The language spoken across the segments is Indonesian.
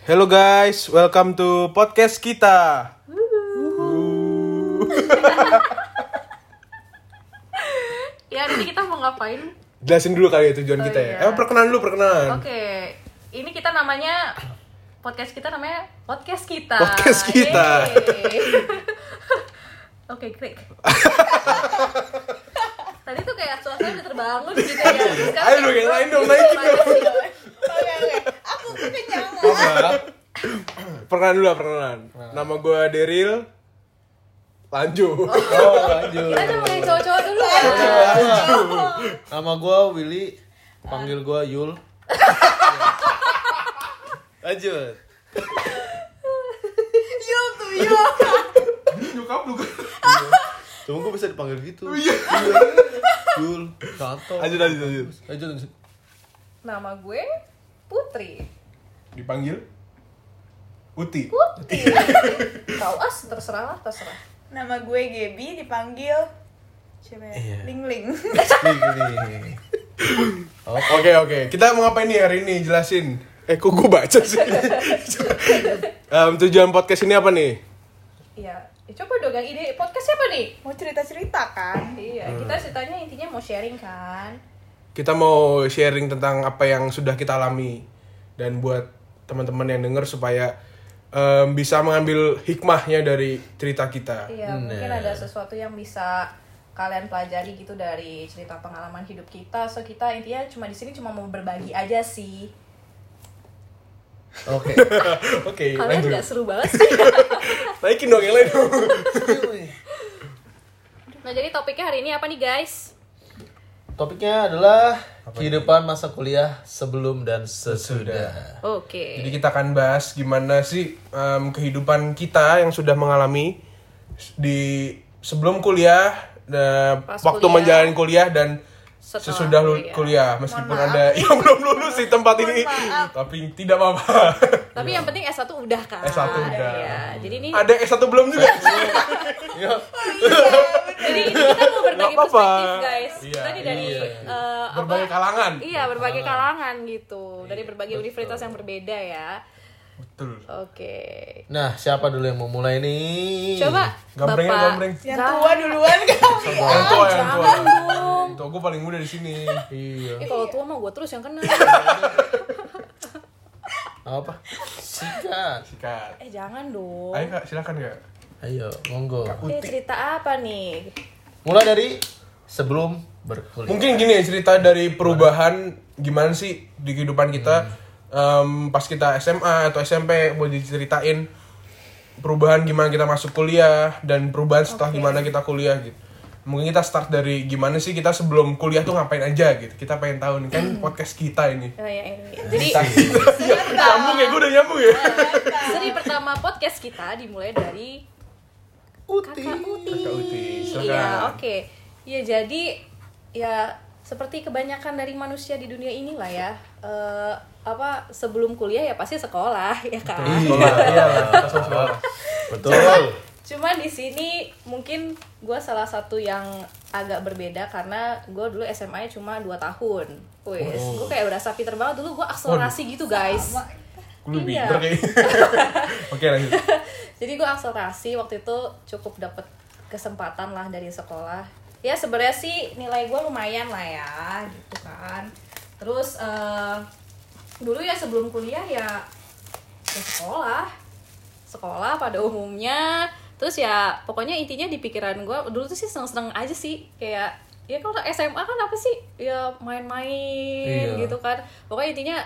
Hello guys, welcome to podcast kita. Ya, ini kita mau ngapain? Jelasin dulu kali ya tujuan kita ya. Iya. Perkenalan dulu, perkenalan. Oke, ini kita namanya podcast kita namanya podcast kita. Podcast kita. Yeay. Oke, klik. Tadi tuh kayak suasana udah terbangun gitu ya. Sekarang Ayo dong, yang lain dong, naikin dong. Oke. Aku kekenyangan. Perkenalan dulu lah, perkenalan. Nama gue Daryl. Lanjut. Lanjut. kita coba yang cowok-cowok dulu ya. Nama gue Willy, panggil gue Yul. Lanjut. Yul tuh Yul. Nyokap lu kan. Cuma gue bisa dipanggil gitu. Iya. Yul, Tato. Lanjut. Lanjut. Nama gue Putri. Dipanggil Uti. Putri. Tahu terserah. Nama gue Gaby, dipanggil siapa ya? Iya. Ling. Oke. Kita mau ngapain nih hari ini? Jelasin. Kok gue baca sih? Tujuan podcast ini apa nih? Iya. Coba dong, yang ide podcast siapa nih? Mau cerita-cerita kan? Iya, kita ceritanya intinya mau sharing kan. Kita mau sharing tentang apa yang sudah kita alami. Dan buat teman-teman yang denger supaya bisa mengambil hikmahnya dari cerita kita. Iya, mungkin ada sesuatu yang bisa kalian pelajari gitu dari cerita pengalaman hidup kita. So kita intinya cuma di sini cuma mau berbagi aja sih. Oke. Oke, Kalian lanjut. nggak seru banget sih. Naikin dong yang lain dong. Nah, jadi topiknya hari ini apa nih guys? Topiknya adalah kehidupan masa kuliah sebelum dan sesudah. Oke. Jadi kita akan bahas gimana sih kehidupan kita yang sudah mengalami di sebelum kuliah, Pas waktu kuliah, menjalani kuliah dan sesudah kuliah. Meskipun ada yang belum lulus di tempat ini, tapi tidak apa-apa. Tapi yang penting S1 udah kan? S1 udah. Iya. Jadi ini Ada S1 belum juga. jadi ini kita mau berbagi Nggak apa-apa. perspektif guys. Iya, Kita nih dari Berbagai kalangan. Iya, berbagai kalangan gitu. Dari berbagai universitas yang berbeda ya. Betul. Oke. Nah, siapa dulu yang mau mulai nih? Coba Gambreng. Yang tua duluan kan? Yang tua. Jangan dong. Tuh, gue paling muda di sini. Iya. Kalau tua mah gue terus yang kena. Apa? Sikat. Sikat. Jangan dong. Ayo Kak, silakan Kak. Ayo, monggo. Cerita apa nih? Mulai dari sebelum berkuliah. Mungkin gini ya, cerita dari perubahan gimana sih di kehidupan kita pas kita SMA atau SMP, boleh diceritain perubahan gimana kita masuk kuliah dan perubahan setelah gimana kita kuliah gitu. Mungkin kita start dari gimana sih kita sebelum kuliah tuh ngapain aja gitu. Kita pengen tahu nih kan podcast kita ini. Oh ya ini. Jadi Nyambung ya, gue udah nyambung ya. seri pertama podcast kita dimulai dari Kakak Uti. Kakak Uti, silakan. Iya, oke. Ya jadi ya seperti kebanyakan dari manusia di dunia inilah ya. Sebelum kuliah ya pasti sekolah ya kan. Sekolah. Betul. Cuma di sini mungkin gue salah satu yang agak berbeda karena gue dulu SMA cuma 2 tahun. Gue kayak udah pinter banget dulu, gue akselerasi gitu guys. Gue lebih Iya. kayak. Oke, lanjut. Jadi gue akselerasi waktu itu cukup dapet kesempatan lah dari sekolah. Ya sebenarnya sih nilai gue lumayan lah ya gitu kan. Terus dulu ya sebelum kuliah ya sekolah pada umumnya. Terus ya pokoknya intinya di pikiran gue dulu tuh sih seneng-seneng aja sih, kayak ya kalau SMA kan apa sih ya main-main gitu kan. Pokoknya intinya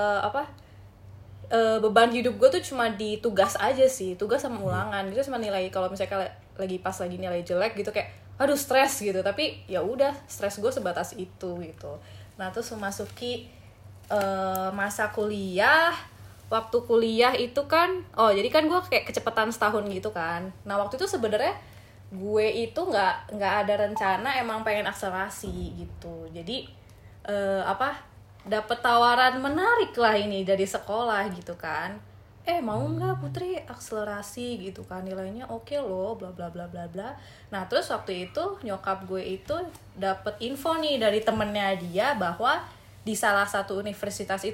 beban hidup gue tuh cuma di tugas aja sih, tugas sama ulangan gitu, sama nilai. Kalau misalnya lagi nilai jelek gitu kayak aduh stres gitu, tapi ya udah stres gue sebatas itu gitu. Nah terus memasuki masa kuliah. Waktu kuliah itu kan, jadi kan gue kayak kecepatan setahun gitu kan. Nah waktu itu sebenarnya gue itu nggak ada rencana, emang pengen akselerasi gitu. Jadi dapet tawaran menarik lah ini dari sekolah gitu kan. Mau nggak Putri akselerasi gitu kan, nilainya oke loh, bla bla bla bla bla. Nah terus waktu itu nyokap gue itu dapet info nih dari temennya dia bahwa di salah satu universitas itu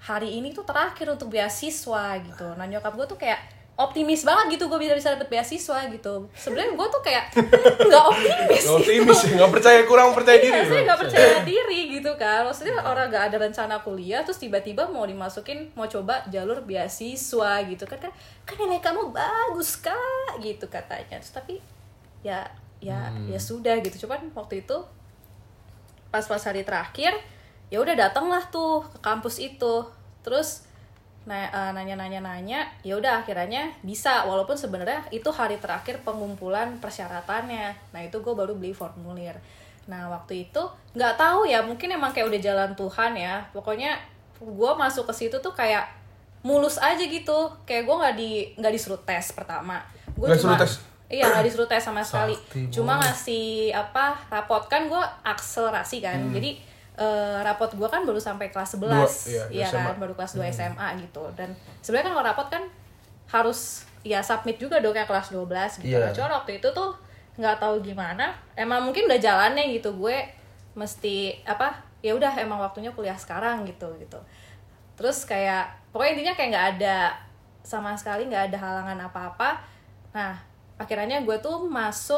hari ini tuh terakhir untuk beasiswa gitu. Nah nyokap gue tuh kayak optimis banget gitu gue bisa dapet beasiswa gitu. Sebenarnya gue tuh kayak nggak optimis. Gak optimis, nggak percaya, kurang percaya diri. Iya, saya nggak percaya diri gitu kan. Maksudnya orang nggak ada rencana kuliah, terus tiba-tiba mau dimasukin, mau coba jalur beasiswa gitu kan nilai kamu bagus kak gitu katanya. Terus tapi ya sudah gitu. Cuman waktu itu pas hari terakhir ya udah datanglah tuh ke kampus itu, terus nanya, ya udah akhirnya bisa, walaupun sebenarnya itu hari terakhir pengumpulan persyaratannya. Nah itu gue baru beli formulir. Nah waktu itu nggak tahu ya, mungkin emang kayak udah jalan Tuhan ya, pokoknya gue masuk ke situ tuh kayak mulus aja gitu, kayak gue nggak disuruh tes pertama. Gue Nggak disuruh tes? Iya nggak disuruh tes sama sekali, cuma ngasih rapot kan, gue akselerasi kan, jadi rapot gue kan baru sampai kelas 11, iya kan, baru kelas 2 SMA gitu. Dan sebenarnya kan kalau rapot kan harus ya submit juga dong kayak kelas 12 gitu. Yeah. Cuma waktu itu tuh nggak tahu gimana, emang mungkin udah jalannya gitu, gue mesti ya udah emang waktunya kuliah sekarang gitu. Terus kayak pokoknya intinya kayak nggak ada sama sekali, nggak ada halangan apa-apa. Nah akhirnya gue tuh masuk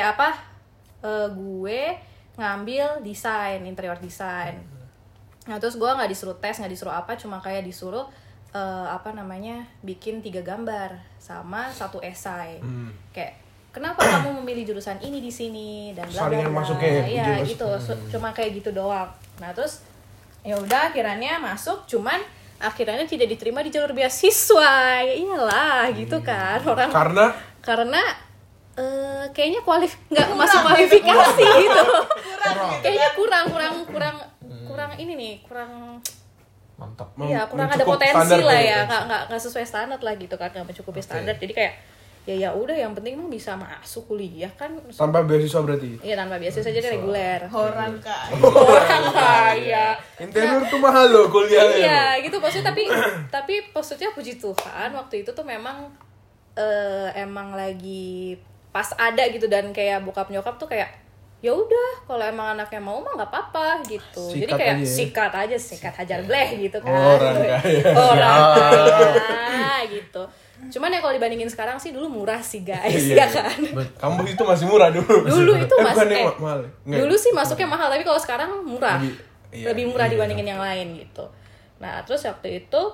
gue ngambil desain, interior design. Nah terus gue nggak disuruh tes, nggak disuruh apa, cuma kayak disuruh bikin 3 gambar sama 1 esai. Kayak kenapa kamu memilih jurusan ini di sini dan bla bla Saringan bla. masuknya Iya gitu, cuma kayak gitu doang. Nah terus ya udah akhirnya masuk, cuman akhirnya tidak diterima di jalur beasiswa. Ya iyalah gitu kan orang. Karena kayaknya nggak masuk kualifikasi gitu. Kayaknya kurang ini nih, kurang Mantap. iya, kurang ada potensi lah ya, nggak sesuai standar lah gitu kan, nggak mencukupi standar. Jadi kayak ya udah, yang penting mah bisa masuk kuliah kan. Tanpa beasiswa berarti? Iya tanpa beasiswa, jadi reguler. Orang kaya. Orang kaya. Interior tuh mahal loh kuliahnya. Iya gitu maksudnya, tapi maksudnya puji Tuhan waktu itu tuh memang emang lagi pas ada gitu, dan kayak bokap nyokap tuh kayak ya udah kalau emang anaknya mau mah nggak apa-apa gitu. Jadi kayak sikat hajar bleh gitu kan. Orang kaya gitu. Cuman ya kalau dibandingin sekarang sih dulu murah sih guys, ya kan. Kampus itu masih murah dulu. Dulu itu mahal. Dulu sih masuknya mahal, tapi kalau sekarang murah. Lebih murah iya. dibandingin yang lain gitu. Nah terus waktu itu,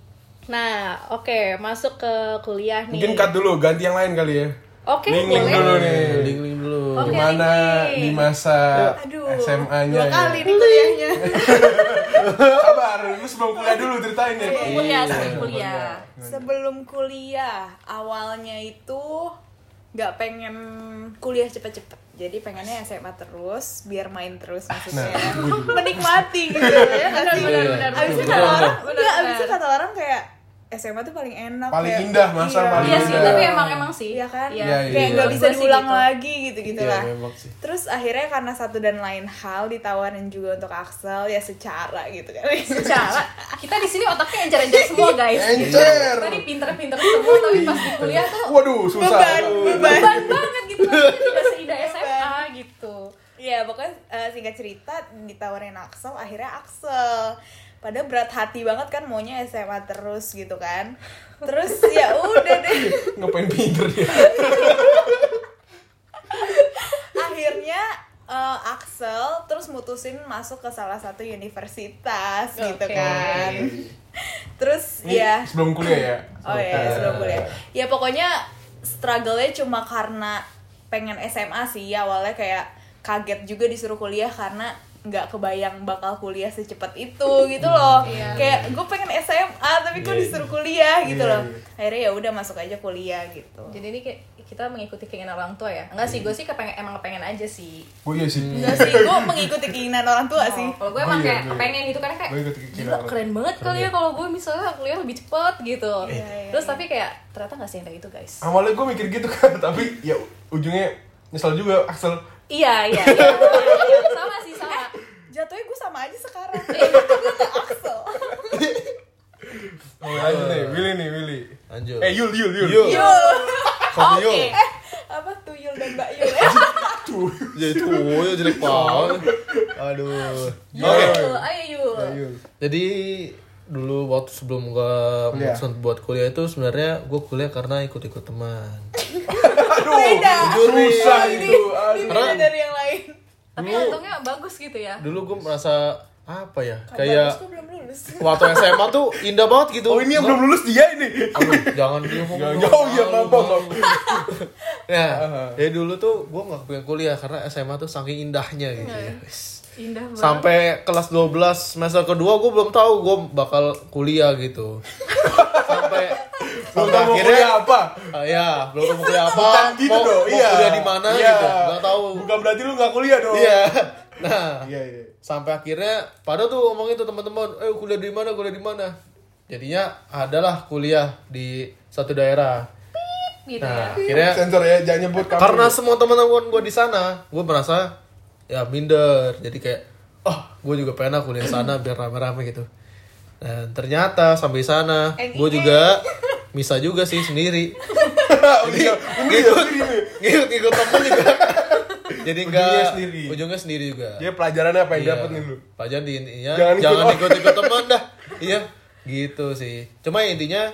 masuk ke kuliah nih. Mungkin cut dulu, ganti yang lain kali ya. Oke, link boleh. dulu nih. Link dulu. Oke, Gimana link. di masa Aduh, SMA-nya 2 kali nih kuliahnya. Sabar, lu sebelum kuliah dulu ceritain ya. Sebelum kuliah. Sebelum kuliah, awalnya itu nggak pengen kuliah cepet-cepet. Jadi pengennya SMA terus, biar main terus maksudnya. Menikmati gitu ya. Benar. Abisnya kata orang kayak SMA tuh paling enak, Paling kayak, indah, masa iya. paling Iya sih, indah. tapi emang sih. Iya kan? Iya. Kayak nggak bisa Gue sih diulang gitu. lagi gitu Iya, lah. memang sih. Terus akhirnya karena satu dan lain hal ditawarin juga untuk Axel ya secara gitu kan. Secara kita di sini otaknya encer-encer semua guys. Encer. Kita nih pinter-pinter semua, tapi pas di kuliah tuh Waduh, susah. beban banget gitu. Maksudnya tidak seindah SMA gitu. Iya, pokoknya singkat cerita ditawarin Axel, akhirnya Axel. Padahal berat hati banget kan, maunya SMA terus gitu kan. Terus ya udah deh. Ngapain pinter dia? Akhirnya Axel terus mutusin masuk ke salah satu universitas gitu Oke. kan. Terus Ini ya sebelum kuliah ya? oh ya sebelum kuliah. Ya pokoknya struggle-nya cuma karena pengen SMA sih, awalnya kayak kaget juga disuruh kuliah karena nggak kebayang bakal kuliah secepat itu gitu loh. Kayak gue pengen SMA tapi gue disuruh kuliah gitu loh. Akhirnya ya udah masuk aja kuliah gitu. Jadi ini kayak kita mengikuti keinginan orang tua ya. Enggak sih, gue sih emang kepengen aja sih. Oh iya sih. Enggak sih, gue mengikuti keinginan orang tua sih. Kalau gue emang kayak pengen gitu, karena kayak Gue ikut keinginan gila orang. keren banget kali ya kalau gue misalnya kuliah lebih cepet gitu. Iya. Terus tapi kayak ternyata nggak seindah itu guys. Awalnya gue mikir gitu kan, tapi ya ujungnya nyesel juga, Axel. Iya. Sama sih, sama. Jatuhnya gue sama aja sekarang. Iya. Gue gak Axel. Oh, lanjut nih, Willy. Lanjut. Yul. Yul. Kopi Yul. Apa Tuyul dan Mbak Yul? Jadi tuh jelek banget. Aduh. Yul, ayo Yul. Jadi dulu waktu sebelum gua Kuliah. memutuskan buat kuliah itu sebenarnya gua kuliah karena ikut-ikut teman. Susah itu. Beda dari yang lain. Tapi untungnya bagus gitu ya. Dulu gua merasa apa ya? Kayak Bagus, gua belum lulus. waktu SMA tuh indah banget gitu. Oh ini yang belum lulus dia ini. Aduh, jangan diomong. Oh iya maaf. Ya, dari dulu tuh gue gak pengen kuliah karena SMA tuh saking indahnya gitu ya. Indah banget. Sampai kelas 12 semester kedua gue belum tahu gue bakal kuliah gitu. sampai Belum tahu mau kuliah apa? Ya, belum tahu mau kuliah apa. Bukan gitu mau, dong. mau Iya. kuliah di mana Iya. gitu. Gak tahu. Bukan berarti lu gak kuliah dong. Iya. Nah, Iya. sampai akhirnya pada tuh ngomongin tuh teman-teman, kuliah di mana, kuliah di mana. Jadinya adalah kuliah di satu daerah. Gitu Nah, ya. akhirnya Sensor ya, jangan nyebut kamu. karena semua teman-teman gue di sana, gue merasa ya minder. Jadi kayak, gue juga pengen kuliah di sana biar rame-rame gitu. Dan ternyata sampai sana, gue juga bisa juga sih sendiri. Ngikut temen juga. Jadi ujungnya sendiri juga. Dia pelajarannya apa yang Iya. dapat nih lu? Pelajaran di intinya Jangan ikut teman dah. Iya, gitu sih. Cuma intinya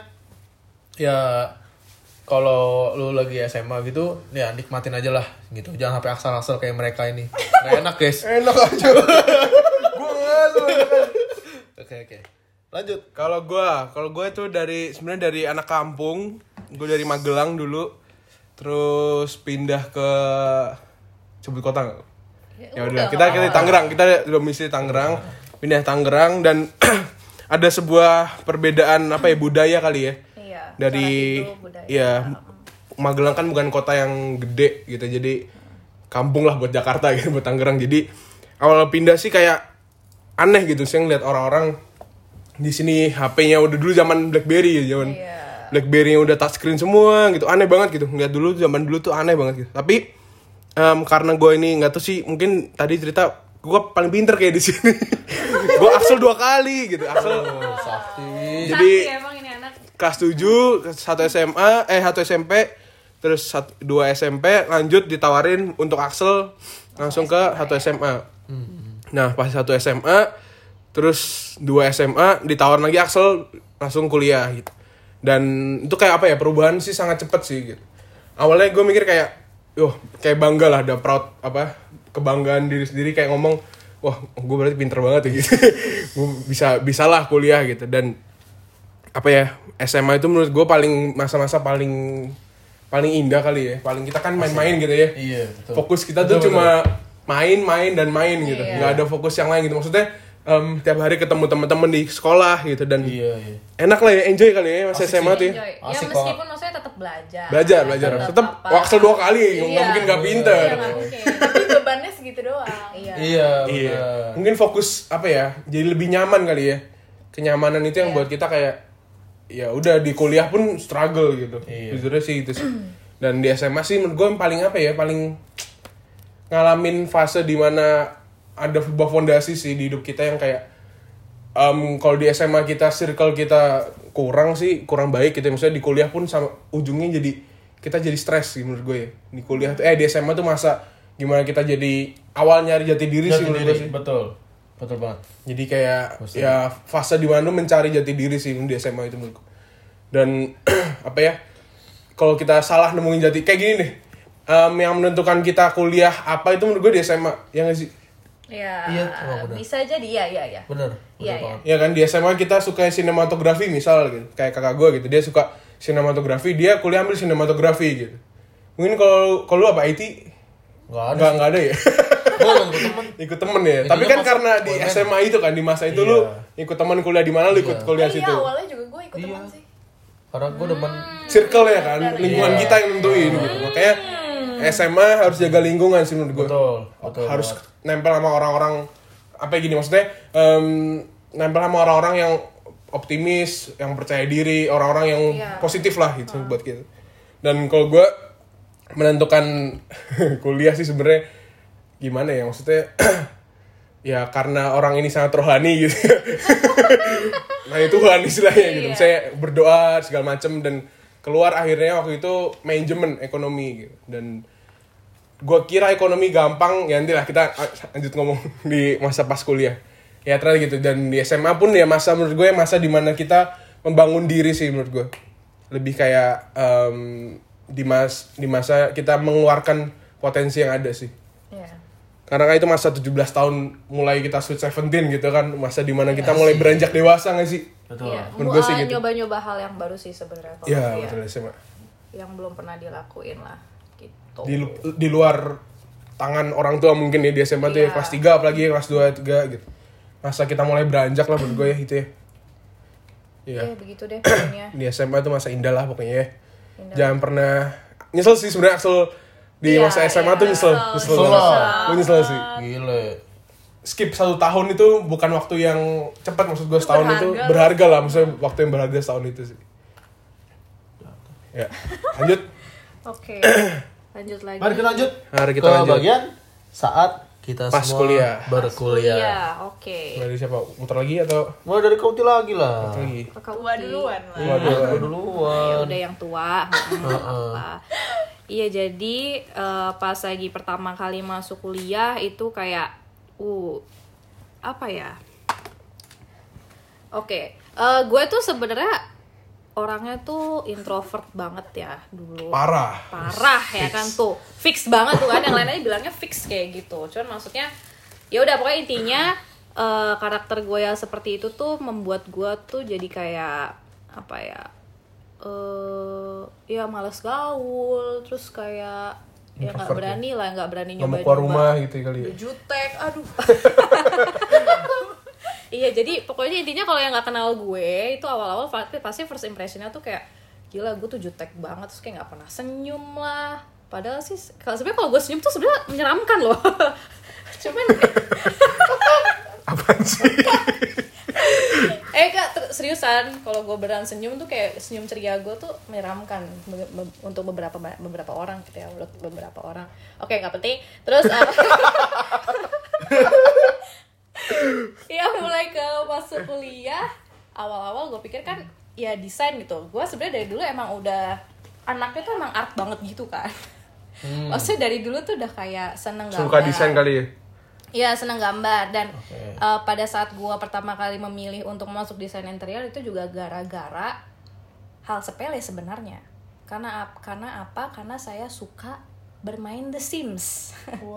ya kalau lu lagi SMA gitu, ya nikmatin aja lah gitu. Jangan sampai asal-asal kayak mereka ini. Nggak enak, guys. Enak aja. Gua ngalu. Oke. Lanjut. Kalau gue tuh sebenarnya dari anak kampung. Gue dari Magelang dulu. Terus pindah ke sebut kota nggak? Ya udah, kita di Tangerang, kita domisili Tangerang, pindah Tangerang dan ada sebuah perbedaan budaya kali ya. Iya. Dari Cara hidup, budaya. ya Magelang kan bukan kota yang gede gitu, jadi kampung lah buat Jakarta gitu, buat Tangerang. Jadi awal pindah sih kayak aneh gitu sih ngeliat orang-orang di sini HP-nya udah dulu zaman BlackBerry ya, zaman Iya. BlackBerry-nya udah touchscreen semua gitu, aneh banget gitu. Ngeliat dulu zaman dulu tuh aneh banget gitu. Tapi karena gue ini nggak tahu sih, mungkin tadi cerita gue paling pinter kayak di sini. Gue Axel 2 kali gitu, Axel. Sakti. Jadi Sakti emang ini anak. kelas 7, 1 SMA, 1 SMP, terus 2 SMP, lanjut ditawarin untuk Axel langsung ke 1 SMA. Nah, pas 1 SMA, terus 2 SMA, ditawar lagi Axel langsung kuliah gitu. Dan itu kayak perubahan sih sangat cepet sih gitu. Awalnya gue mikir kayak, kayak bangga lah, ada proud, kebanggaan diri sendiri kayak ngomong, wah, gue berarti pinter banget ya gitu. Gue bisalah kuliah gitu. Dan SMA itu menurut gue masa-masa paling indah kali ya. Paling kita kan main-main gitu ya. Iya, betul. Fokus kita tuh cuma main gitu. Iya. Nggak ada fokus yang lain gitu. Maksudnya tiap hari ketemu teman-teman di sekolah gitu, dan Iya. enak lah ya, enjoy kali ya masa SMA tuh ya. Enjoy. Ya Asik meskipun maksudnya tetap belajar. Belajar. Tetap Axel 2 kali, nggak Iya. mungkin nggak pinter. Iya, nggak mungkin. Tapi bebannya segitu doang. Iya. Iya, Iya. benar. Mungkin fokus jadi lebih nyaman kali ya. Kenyamanan itu yang buat kita kayak ya udah di kuliah pun struggle gitu. Iya. Jujurnya sih itu sih. Dan di SMA sih menurut gue yang paling paling ngalamin fase dimana ada sebuah fondasi sih di hidup kita yang kayak kalau di SMA kita circle kita kurang baik gitu. Maksudnya di kuliah pun sama ujungnya kita jadi stres sih menurut gue ya. Di kuliah tuh di SMA tuh masa gimana kita jadi awal nyari jati diri sih menurut gue sih. Betul banget. Jadi kayak ya fase di mana lu mencari jati diri sih di SMA itu menurutku. Dan kalau kita salah nemuin jati kayak gini nih, yang menentukan kita kuliah apa itu menurut gue di SMA, ya nggak sih? Iya. Iya, benar. Bisa jadi iya. Bener. Iya. banget. Ya kan di SMA kita suka sinematografi misal gitu, kayak kakak gue gitu, dia suka sinematografi, dia kuliah ambil sinematografi gitu. Mungkin kalau lu apa IT? Nggak ada. Nggak ada ya. Gue ikut temen. Ikut temen ya. Intinya Tapi kan masuk karena di online. SMA itu kan di masa itu Iya. lu ikut teman kuliah di mana, lu ikut kuliah Iya, situ. awalnya juga gue ikut Iya. teman sih. Karena gue demen. Circle ya kan, lingkungan Iya. kita yang nentuin gitu. Makanya SMA harus jaga lingkungan sih menurut gue. Betul Harus banget. nempel sama orang-orang gini maksudnya, nempel sama orang-orang yang optimis, yang percaya diri, orang-orang yang Iya. positif lah gitu buat kita. Dan kalau gue menentukan kuliah sih sebenarnya gimana ya, maksudnya ya karena orang ini sangat rohani gitu. Nah itu Tuhan istilahnya gitu. Iya. Saya berdoa segala macem dan keluar akhirnya waktu itu manajemen ekonomi gitu. Dan gue kira ekonomi gampang, ya nanti lah kita lanjut ngomong di masa pas kuliah. Ya terakhir gitu. Dan di SMA pun ya masa menurut gue masa dimana kita membangun diri sih menurut gue. Lebih kayak di masa kita mengeluarkan potensi yang ada sih. Iya. Karena kan itu masa 17 tahun mulai kita sweet 17 gitu kan. Masa dimana kita mulai beranjak dewasa gak sih? Betul. Iya. Menurut gue sih gitu. Nyoba-nyoba hal yang baru sih sebenarnya kalau Iya, ya, betul SMA. yang belum pernah dilakuin lah gitu. Di luar tangan orang tua mungkin ya di SMA tuh ya Iya. kelas 3 apalagi kelas 2, 3 gitu. Masa kita mulai beranjak lah menurut gue ya itu ya. Iya. Ya begitu deh pokoknya. Di SMA tuh masa indah lah pokoknya ya. Indah. Jangan pernah nyesel sih sebenarnya Axel di Iya, masa SMA tuh nyesel Nyesel banget. lah. Gue nyesel sih. Gile. Skip 1 tahun itu bukan waktu yang cepat, maksud gue setahun itu berharga lah, maksudnya waktu yang berharga setahun itu sih. Ya, lanjut. Oke. Lanjut lagi. Mari kita lanjut. Mari kita ke lanjut. bagian saat kita Pas semua kuliah. berkuliah. Iya, oke. Dari siapa? Muter lagi atau Mulai dari Kauti lagi lah. muter lagi? Tua duluan lah. Waduh. Gua duluan. Ya udah yang tua. Apa. Iya, jadi pas lagi pertama kali masuk kuliah itu kayak apa ya? Oke. Gue tuh sebenarnya orangnya tuh introvert banget ya dulu. Parah Ya kan tuh. Fix banget tuh kan, yang lain aja bilangnya fix kayak gitu. Cuman maksudnya ya udah pokoknya intinya karakter gue yang seperti itu tuh membuat gue tuh jadi kayak apa ya? Ya malas gaul, terus kayak ya nggak Introvert berani lah, nggak berani nggak mau nyoba keluar rumah gitu kali ya. jutek, aduh. Iya, jadi pokoknya intinya kalau yang nggak kenal gue itu awal-awal pasti first impressionnya tuh kayak gila gue tuh jutek banget, terus kayak nggak pernah senyum lah. Padahal sih sebenarnya kalau gue senyum tuh sebenarnya menyeramkan loh. Cuman Apaan sih? Kak, seriusan kalau gue beneran senyum tuh kayak senyum ceria gue tuh menyeramkan untuk beberapa orang gitu ya, beberapa orang. Oke, nggak penting. Terus ya mulai ke masuk kuliah, awal-awal gue pikir kan ya desain gitu. Gue sebenarnya dari dulu emang udah anaknya tuh emang art banget gitu kan. Maksudnya dari dulu tuh udah kayak seneng gambar. Suka desain kali ya? Iya, seneng gambar. Dan pada saat gue pertama kali memilih untuk masuk desain interior itu juga gara-gara hal sepele sebenarnya. Karena apa? Karena saya suka bermain The Sims.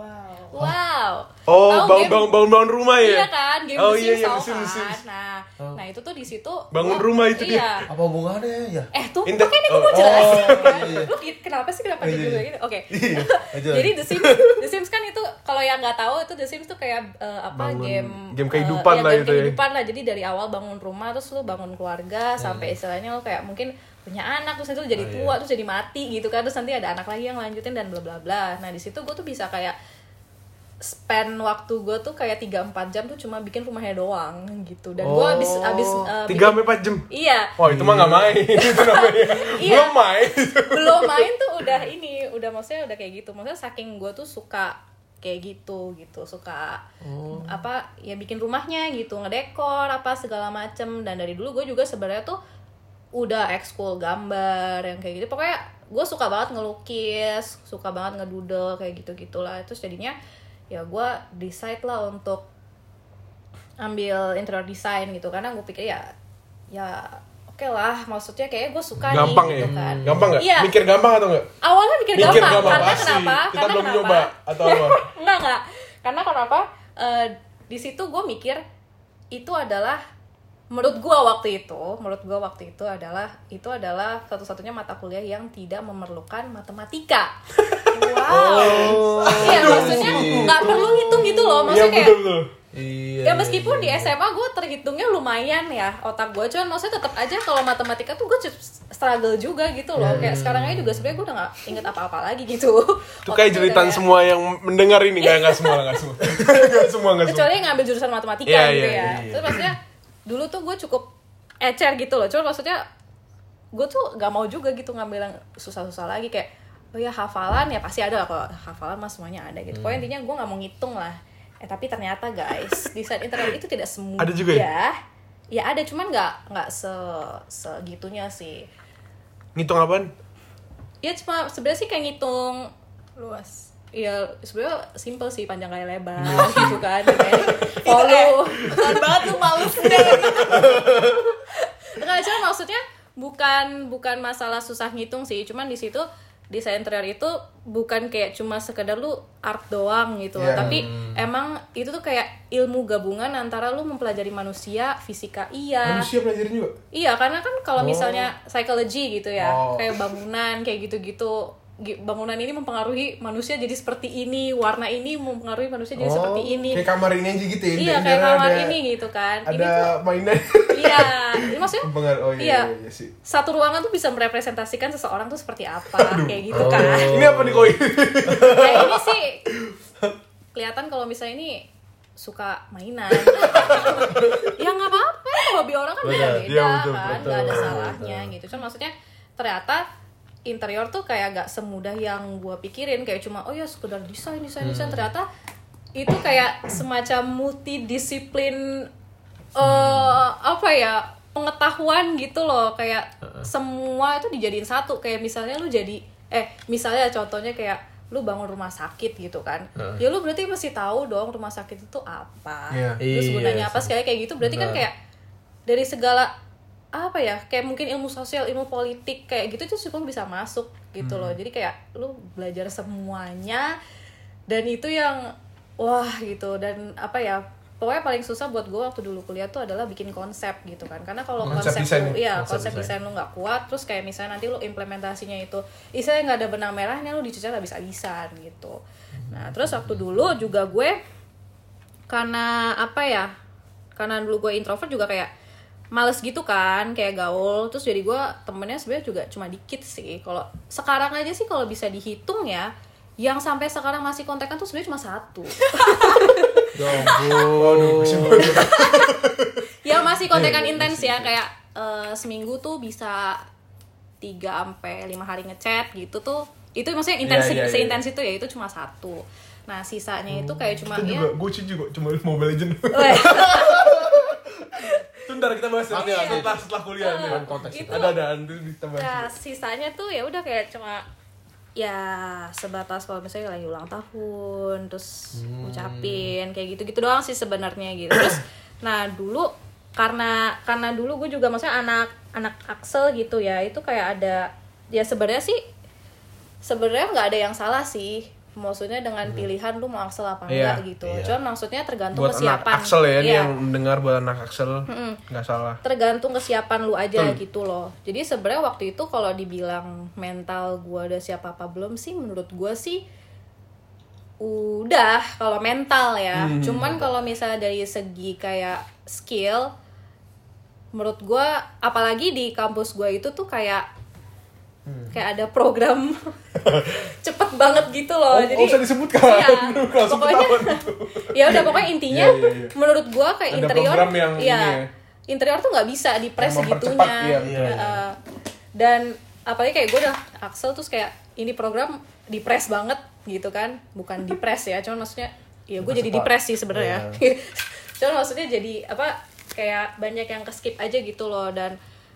Wow. Oh, Tahu bangun rumah ya? Iya kan, game Oh, The iya, Sims iya, tahu The Sims, kan. The Sims. Nah itu tuh di situ Bangun rumah itu dia. iya. Apa hubungannya ya? Tuh, Indah. makanya gue mau jelasin kan. iya. Lu kenapa sih jadi gitu? Oke. Aja. Jadi The Sims kan itu kalau yang nggak tahu itu The Sims tuh kayak game kehidupan lah game itu ya. kehidupan lah. Jadi dari awal bangun rumah, terus lu bangun keluarga sampai istilahnya lu kayak mungkin punya anak, terus nanti lu jadi tua, terus jadi mati gitu kan, terus nanti ada anak lagi yang lanjutin dan bla bla bla. Nah di situ gue tuh bisa kayak spend waktu gue tuh kayak 3-4 jam tuh cuma bikin rumahnya doang gitu. Dan gue abis 3-4 jam? Iya. Wah, itu mah nggak main. Itu namanya. Iya. Belum main. Belum main tuh udah maksudnya udah kayak gitu. Maksudnya saking gue tuh suka kayak gitu suka apa ya bikin rumahnya gitu, ngedekor apa segala macem. Dan dari dulu gue juga sebenarnya tuh udah ekskul gambar yang kayak gitu. Pokoknya gue suka banget ngelukis, suka banget ngedoodle kayak gitu-gitulah. Terus jadinya ya gue decide lah untuk ambil interior design gitu, karena gue pikir ya oke lah, maksudnya kayak gue suka Gampang nih gitu ya? kan. Gampang nggak? Iya. Mikir gampang atau nggak? Awalnya mikir gampang. Karena pasti. kenapa? Kita Karena belum kenapa? nyoba atau apa? Enggak. Karena kenapa? Di situ gue mikir itu adalah menurut gue waktu itu adalah satu-satunya mata kuliah yang tidak memerlukan matematika. Wow. Iya, maksudnya nggak perlu hitung gitu loh. Maksudnya kayak betul. Iya. ya meskipun di SMA gue terhitungnya lumayan ya otak gue, cuman maksudnya tetap aja kalau matematika tuh gue struggle juga gitu loh. Kayak sekarang aja juga sebenarnya gue udah nggak inget apa-apa lagi gitu. Itu kayak jeritan semua yang mendengar ini nggak semua. Kecuali yang ngambil jurusan matematika Iya, gitu iya, ya. Terus maksudnya dulu tuh gue cukup ecer gitu loh. Cuman maksudnya gue tuh nggak mau juga gitu ngambil yang susah-susah lagi, kayak oh ya hafalan ya pasti ada lah, kalau hafalan mah semuanya ada gitu. Pokoknya intinya gue nggak mau ngitung lah. Tapi ternyata guys, desain interior itu tidak semudah. Ada juga ya? Ya ada, cuman nggak segitunya sih. Ngitung apaan? Ya cuma sebenarnya sih kayak ngitung Luas. ya sebenarnya simple sih, panjang kali lebar gitu kan, kayak follow banget tuh malesnya. Enggak, cuma maksudnya bukan masalah susah ngitung sih, cuman di situ desain interior itu bukan kayak cuma sekedar lu art doang gitu loh, tapi emang itu tuh kayak ilmu gabungan antara lu mempelajari manusia, fisika Manusia pelajarin juga? Iya, karena kan kalau misalnya psychology gitu ya, kayak bangunan kayak gitu-gitu, bangunan ini mempengaruhi manusia jadi seperti ini, warna ini mempengaruhi manusia jadi seperti ini. Kayak kamar ini aja gitu ya? Iya, kayak kamar ini gitu kan. Ada ini tuh, mainan. iya, ini maksudnya iya sih. satu ruangan tuh bisa merepresentasikan seseorang tuh seperti apa, kayak gitu kan. Ini apa nih Koi? Ya ini sih kelihatan kalau misalnya ini suka mainan. Ya nggak apa-apa, hobi orang kan beda-beda Iya, betul, kan, nggak ada salahnya gitu. Cuma maksudnya ternyata interior tuh kayak gak semudah yang gue pikirin, kayak cuma oh ya sekedar desain. Ternyata itu kayak semacam multidisiplin apa ya, pengetahuan gitu loh, kayak semua itu dijadiin satu. Kayak misalnya lu jadi misalnya contohnya kayak lu bangun rumah sakit gitu kan, ya lu berarti mesti tahu dong rumah sakit itu apa, terus gunanya apa, sekali kayak gitu berarti kan kayak dari segala apa ya, kayak mungkin ilmu sosial, ilmu politik kayak gitu itu semua bisa masuk gitu loh. Jadi kayak lu belajar semuanya, dan itu yang wah gitu. Dan apa ya, pokoknya paling susah buat gue waktu dulu kuliah tuh adalah bikin konsep gitu kan, karena kalau konsep desain lu nggak kuat, terus kayak misalnya nanti lu implementasinya itu istilahnya nggak ada benang merahnya, lu dicecat habis-habisan gitu. Nah terus waktu dulu juga gue karena apa ya, karena dulu gue introvert juga kayak males gitu kan, kayak gaul, terus jadi gue temennya sebenarnya juga cuma dikit sih. Kalau sekarang aja sih kalau bisa dihitung ya, yang sampai sekarang masih kontekan tuh sebenarnya cuma 1. Ya ampun. Yang masih kontekan intens ya, kayak seminggu tuh bisa 3-5 hari ngechat gitu tuh. Itu maksudnya intens, seintens itu ya, itu cuma 1. Nah sisanya itu kayak cuma itu juga, gue juga cuma Mobile Legends. Itu ntar kita bahas setelah kuliah nih. Konteks itu. Ada nanti kita bahas. Nah sisanya tuh ya udah kayak cuma ya sebatas kalau misalnya lagi ulang tahun terus ucapin kayak gitu-gitu doang sih sebenarnya gitu. Terus nah dulu karena dulu gue juga maksudnya anak Axel gitu ya, itu kayak ada ya sebenarnya nggak ada yang salah sih, maksudnya dengan pilihan lu mau Axel apa enggak gitu. Cuman maksudnya tergantung buat kesiapan. Anak Axel ya, ini yang mendengar buat anak Axel nggak salah. Tergantung kesiapan lu aja gitu loh. Jadi sebenarnya waktu itu kalau dibilang mental gua udah siap apa belum sih, menurut gua sih udah kalau mental ya. Cuman kalau misalnya dari segi kayak skill, menurut gua apalagi di kampus gua itu tuh kayak ada program cepet banget gitu loh. Jadi usah disebutkan. Iya, pokoknya ya udah, pokoknya intinya menurut gua kayak ada interior yang interior tuh nggak bisa dipres segitunya. Dan apalagi kayak gue udah Axel terus kayak ini program dipres banget gitu kan, bukan dipres ya, cuman maksudnya ya gue jadi dipres sih sebenarnya. Cuman maksudnya jadi apa, kayak banyak yang keskip aja gitu loh. Dan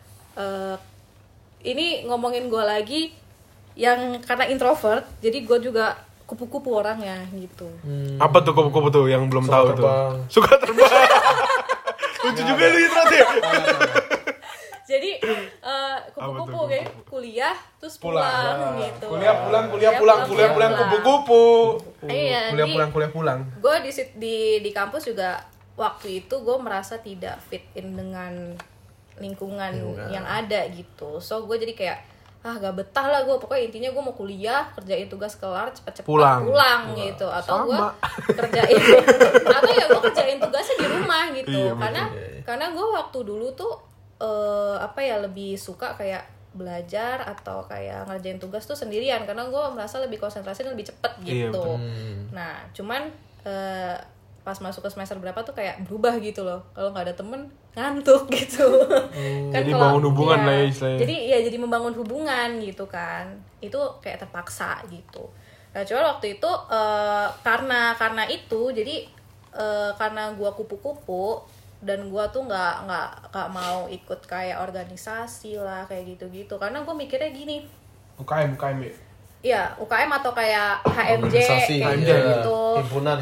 ini ngomongin gue lagi yang karena introvert, jadi gue juga kupu-kupu orangnya gitu. Apa tuh kupu-kupu tuh yang belum tahu tuh? Suka terbang. Lucu juga lu ternyata ya. Jadi kupu-kupu kayak kuliah terus pulang gitu. Kuliah pulang kupu-kupu. Iya, kuliah pulang. Gue di kampus juga waktu itu gue merasa tidak fit in dengan lingkungan yang ada gitu. So gue jadi kayak gak betah lah gue, pokoknya intinya gue mau kuliah, kerjain tugas kelar, cepet-cepet pulang gitu, atau gue kerjain atau ya gue kerjain tugasnya di rumah gitu. Karena gue waktu dulu tuh lebih suka kayak belajar atau kayak ngerjain tugas tuh sendirian, karena gue merasa lebih konsentrasi dan lebih cepet gitu. Nah cuman pas masuk ke semester berapa tuh kayak berubah gitu loh, kalau nggak ada temen ngantuk gitu. Kan jadi bangun hubungan lah ya istilahnya. Jadi membangun hubungan gitu kan, itu kayak terpaksa gitu. Nah cuman waktu itu karena itu jadi karena gua kupu-kupu dan gua tuh nggak mau ikut kayak organisasi lah kayak gitu-gitu, karena gua mikirnya gini, UKM ya. ya UKM atau kayak HMJ Organisasi, kayak HMJ, gitu. himpunan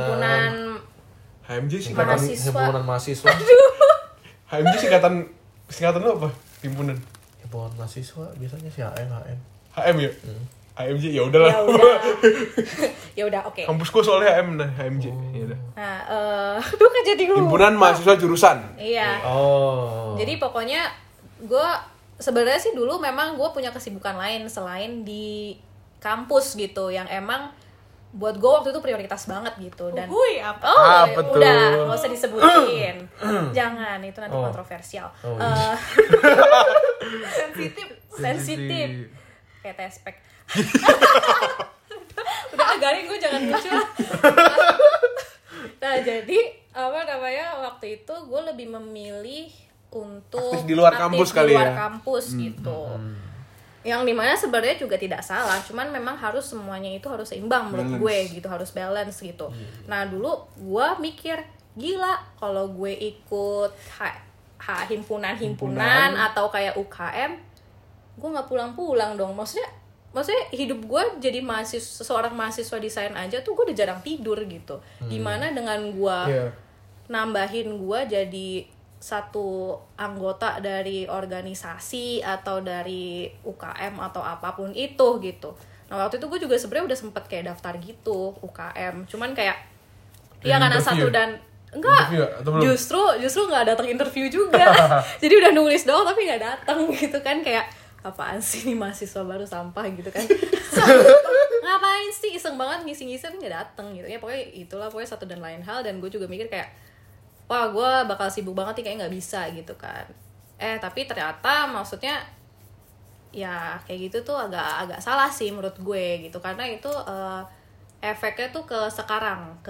HMJ sih Mahasiswa. himpunan mahasiswa. HMJ singkatan lu apa? Himpunan Himpunan mahasiswa biasanya sih HM ya? HMJ ya udahlah. Ya udah. Ya udah, oke. Kampus gua soalnya HM nah, HMJ. Ya udah. Nah, aduh kan jadi lupa. Himpunan mahasiswa jurusan. Iya. Oh. Jadi pokoknya gue sebenarnya sih dulu memang gue punya kesibukan lain selain di kampus gitu yang emang buat gue waktu itu prioritas banget gitu. Dan Apa? Apa tuh? udah nggak usah disebutin. Jangan, itu nanti kontroversial. Sensitif kayak tespek. Udah agarin gue jangan lucu lah. Nah jadi apa namanya waktu itu gue lebih memilih untuk Aktif di luar kampus kali di luar ya? kampus gitu. Yang dimana sebenarnya juga tidak salah, cuman memang harus semuanya itu harus seimbang menurut gue gitu, harus balance gitu. Nah dulu gue mikir gila kalau gue ikut himpunan atau kayak UKM, gue nggak pulang-pulang dong. Maksudnya hidup gue jadi seorang mahasiswa desain aja tuh gue udah jarang tidur gitu. Gimana dengan gue nambahin gue jadi satu anggota dari organisasi atau dari UKM atau apapun itu gitu. Nah waktu itu gue juga sebenarnya udah sempet kayak daftar gitu UKM, cuman kayak ya karena satu dan enggak, justru nggak datang interview juga. Jadi udah nulis doang tapi nggak datang gitu kan, kayak apaan sih nih mahasiswa baru sampah gitu kan. Ngapain sih, iseng banget ngisi-ngisi tapi nggak datang gitu ya. Pokoknya satu dan lain hal, dan gue juga mikir kayak wah gue bakal sibuk banget nih, kayak nggak bisa gitu kan. Tapi ternyata maksudnya ya kayak gitu tuh agak salah sih menurut gue gitu, karena itu efeknya tuh ke sekarang, ke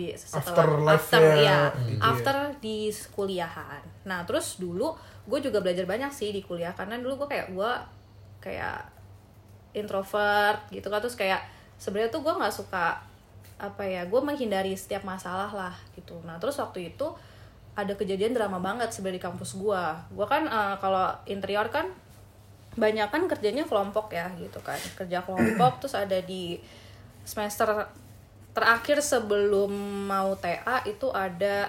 after di kuliahan. Nah terus dulu gue juga belajar banyak sih di kuliah, karena dulu gue kayak introvert gitu kan, terus kayak sebenarnya tuh gue nggak suka gue menghindari setiap masalah lah gitu. Nah terus waktu itu ada kejadian drama banget sebenarnya di kampus gue kan kalau interior kan banyak kan kerjanya kelompok ya gitu kan, kerja kelompok. Terus ada di semester terakhir sebelum mau TA itu ada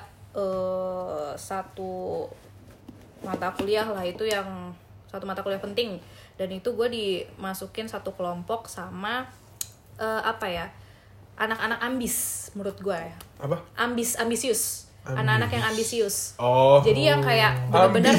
satu mata kuliah lah, itu yang satu mata kuliah penting, dan itu gue dimasukin satu kelompok sama anak-anak ambis menurut gue ya. Apa? Ambisius. Anak-anak yang ambisius. Oh. Jadi yang kayak bener-bener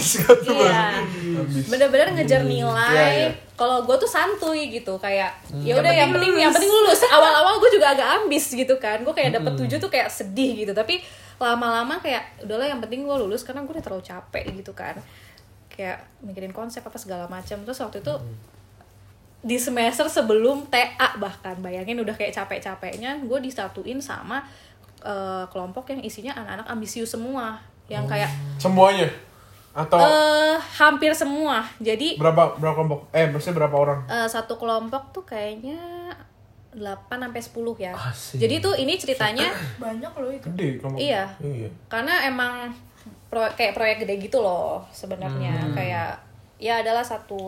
bener-bener ngejar nilai. Kalau gue tuh santuy gitu, kayak ya udah yang penting lulus. Awal-awal gue juga agak ambis gitu kan. Gue kayak dapet 7 tuh kayak sedih gitu, tapi lama-lama kayak udahlah yang penting gue lulus, karena gue udah terlalu capek gitu kan. Kayak mikirin konsep apa segala macam. Terus waktu itu di semester sebelum TA bahkan, bayangin udah kayak capek-capeknya, gue disatuin sama kelompok yang isinya anak-anak ambisius semua, yang kayak semuanya atau hampir semua. Jadi berapa kelompok? Maksudnya berapa orang? Satu kelompok tuh kayaknya 8-10 ya. Asik. Jadi tuh ini ceritanya Banyak loh itu. Gede kelompok. iya. Karena emang kayak proyek gede gitu loh sebenarnya. Kayak ya adalah satu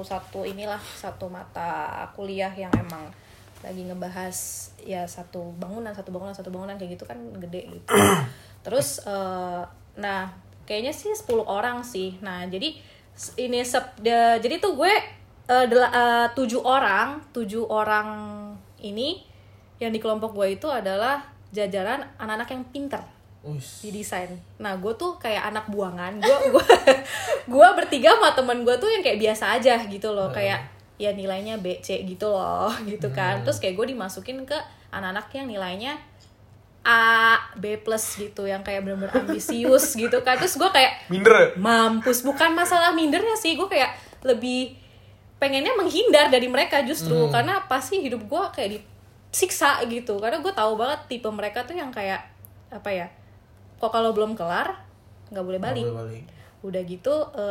mata kuliah yang emang lagi ngebahas ya satu bangunan kayak gitu kan, gede gitu. Terus nah kayaknya sih 10 orang sih. Nah jadi ini jadi tuh gue 7 orang ini yang di kelompok gue itu adalah jajaran anak-anak yang pinter di desain. Nah gue tuh kayak anak buangan. Gue bertiga sama temen gue tuh yang kayak biasa aja gitu loh, kayak ya nilainya B, C gitu loh gitu kan. Terus kayak gue dimasukin ke anak-anak yang nilainya A, B+ gitu, yang kayak bener-bener ambisius gitu kan. Terus gue kayak minder. Mampus, bukan masalah mindernya sih, gue kayak lebih pengennya menghindar dari mereka justru, karena pasti hidup gue kayak disiksa gitu. Karena gue tahu banget tipe mereka tuh yang kayak kok kalau belum kelar nggak boleh balik. Udah gitu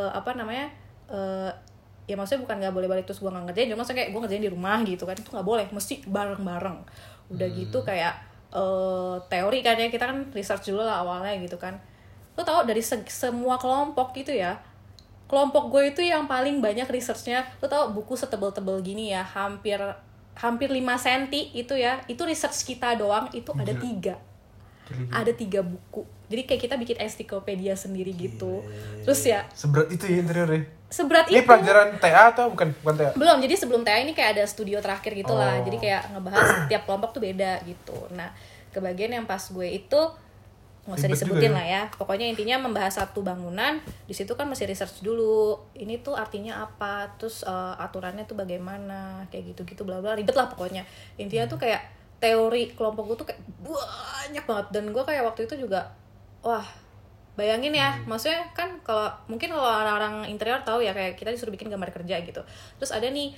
ya maksudnya bukan nggak boleh balik terus gue nggak ngerjain, maksudnya kayak gue ngerjain di rumah gitu kan, itu nggak boleh, mesti bareng-bareng. Udah gitu kayak teori kan ya, kita kan research dulu lah awalnya gitu kan. Lo tau dari semua kelompok gitu ya, kelompok gue itu yang paling banyak researchnya. Lo tau buku setebel-tebel gini ya, hampir hampir 5 cm itu ya, itu research kita doang itu ada 3. Ada 3 buku. Jadi kayak kita bikin ensiklopedia sendiri gitu. Terus ya Seberat itu ya interiornya. seberat Ini itu. pelajaran TA atau bukan TA? Belum, jadi sebelum TA ini kayak ada studio terakhir gitu lah. Jadi kayak ngebahas tiap kelompok tuh beda gitu. Nah, kebagian yang pas gue itu nggak usah Ribet disebutin juga ya? lah ya. Pokoknya intinya membahas satu bangunan, di situ kan mesti research dulu. Ini tuh artinya apa, terus aturannya tuh bagaimana, kayak gitu-gitu bla bla, ribet lah pokoknya. Intinya tuh kayak teori kelompok gue tuh kayak banyak banget, dan gue kayak waktu itu juga wah, bayangin ya, maksudnya kan kalau mungkin kalau orang-orang interior tahu ya, kayak kita disuruh bikin gambar kerja gitu. Terus ada nih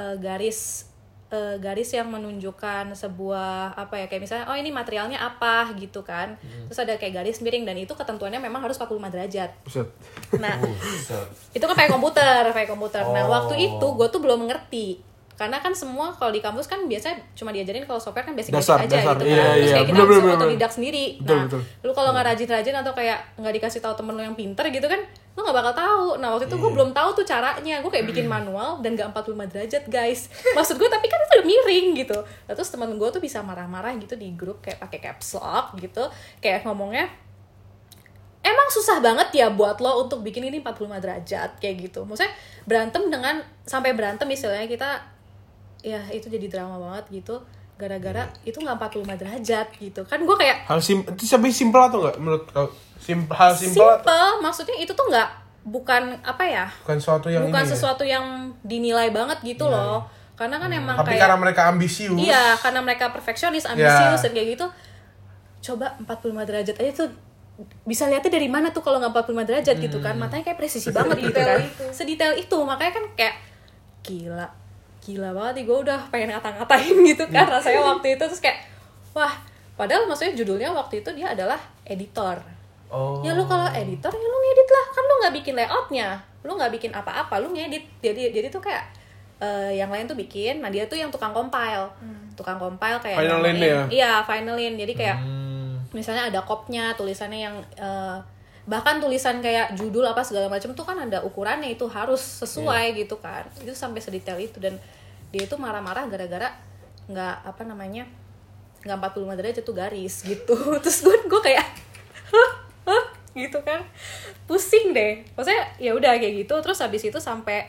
garis yang menunjukkan sebuah apa ya, kayak misalnya oh ini materialnya apa gitu kan. Terus ada kayak garis miring, dan itu ketentuannya memang harus 45 derajat. Buset. Nah, itu kan pakai komputer. Nah, waktu itu gue tuh belum mengerti. Karena kan semua kalau di kampus kan biasanya cuma diajarin kalau software kan basic aja Dasar, gitu kan. iya, Terus iya. kayak kita Bener, harus bener, otodidak sendiri. Betul, Nah, betul. lu kalau nggak rajin-rajin atau kayak nggak dikasih tahu temen lu yang pinter gitu kan, lu nggak bakal tahu. Nah, waktu itu gue belum tahu tuh caranya. Gue kayak bikin manual dan nggak 45 derajat guys. Maksud gue tapi kan itu udah miring gitu. Nah, terus temen gue tuh bisa marah-marah gitu di grup kayak pakai caps lock gitu, kayak ngomongnya, emang susah banget ya buat lo untuk bikin ini 45 derajat kayak gitu. Maksudnya sampai berantem istilahnya kita, ya itu jadi drama banget gitu. Gara-gara itu nggak 45 derajat gitu. Kan gue kayak Itu sampai simpel atau enggak menurut kau? Hal simpel atau simple, maksudnya itu tuh bukan apa ya? bukan sesuatu yang Bukan ini ya? sesuatu yang dinilai banget gitu loh. Karena kan emang Tapi kayak karena mereka ambisius. iya, karena mereka perfeksionis, ambisius dan kayak gitu. Coba 45 derajat aja tuh bisa lihatnya dari mana tuh kalau nggak 45 derajat gitu kan. Matanya kayak presisi banget gitu kan. Sedetail itu, makanya kan kayak gila banget nih, gue udah pengen ngata-ngatain gitu kan rasanya waktu itu. Terus kayak wah, padahal maksudnya judulnya waktu itu dia adalah editor. Ya lu kalau editor ya lu ngedit lah, kan lu nggak bikin layoutnya, lu nggak bikin apa-apa, lu ngedit. Jadi tuh kayak yang lain tuh bikin, nah dia tuh yang tukang compile kayak Finalin namain, ya? iya finalin. Jadi kayak misalnya ada kopnya, tulisannya yang bahkan tulisan kayak judul apa segala macam tuh kan ada ukurannya, itu harus sesuai gitu kan. Itu sampai sedetail itu, dan dia itu marah-marah gara-gara nggak 45 derajat tuh garis gitu. Terus gue kayak gitu kan, pusing deh. Maksudnya ya udah kayak gitu. Terus habis itu sampai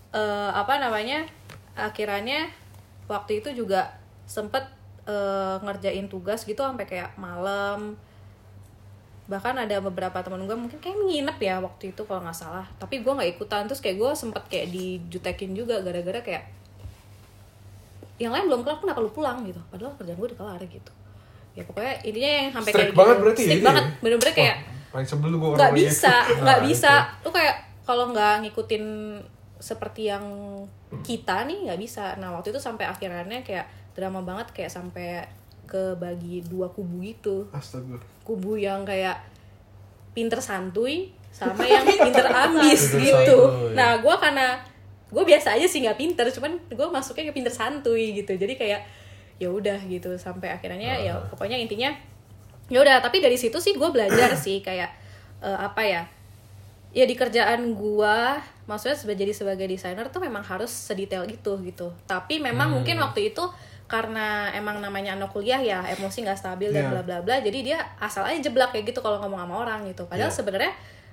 akhirnya waktu itu juga sempet ngerjain tugas gitu sampai kayak malam. Bahkan ada beberapa teman gue mungkin kayak nginep ya waktu itu kalau nggak salah, tapi gue nggak ikutan. Terus kayak gue sempet kayak dijutekin juga gara-gara kayak yang lain belum kelar, kenapa lu pulang gitu, padahal kerjaan gue udah kelar gitu. Ya pokoknya intinya yang sampai Strict kayak banget gitu, berarti ya strict ini banget, ya? bener-bener kayak Paling sebel gue nggak bisa lu kayak kalau nggak ngikutin seperti yang kita nih nggak bisa. Nah waktu itu sampai akhirnya kayak drama banget, kayak sampai kebagi 2 kubu gitu. Astaga. Kubu yang kayak pinter santuy sama yang pinter ambis gitu. Nah gue biasa aja sih nggak pinter, cuman gue masuknya ke pinter santuy gitu. Jadi kayak ya udah gitu sampai akhirnya ya pokoknya intinya ya udah. Tapi dari situ sih gue belajar sih kayak ya di kerjaan gue, maksudnya sebagai desainer tuh memang harus sedetail gitu. Tapi memang mungkin waktu itu karena emang namanya anak kuliah ya, emosi nggak stabil dan bla bla bla, jadi dia asal aja jeblak kayak gitu kalau ngomong sama orang gitu. Padahal sebenarnya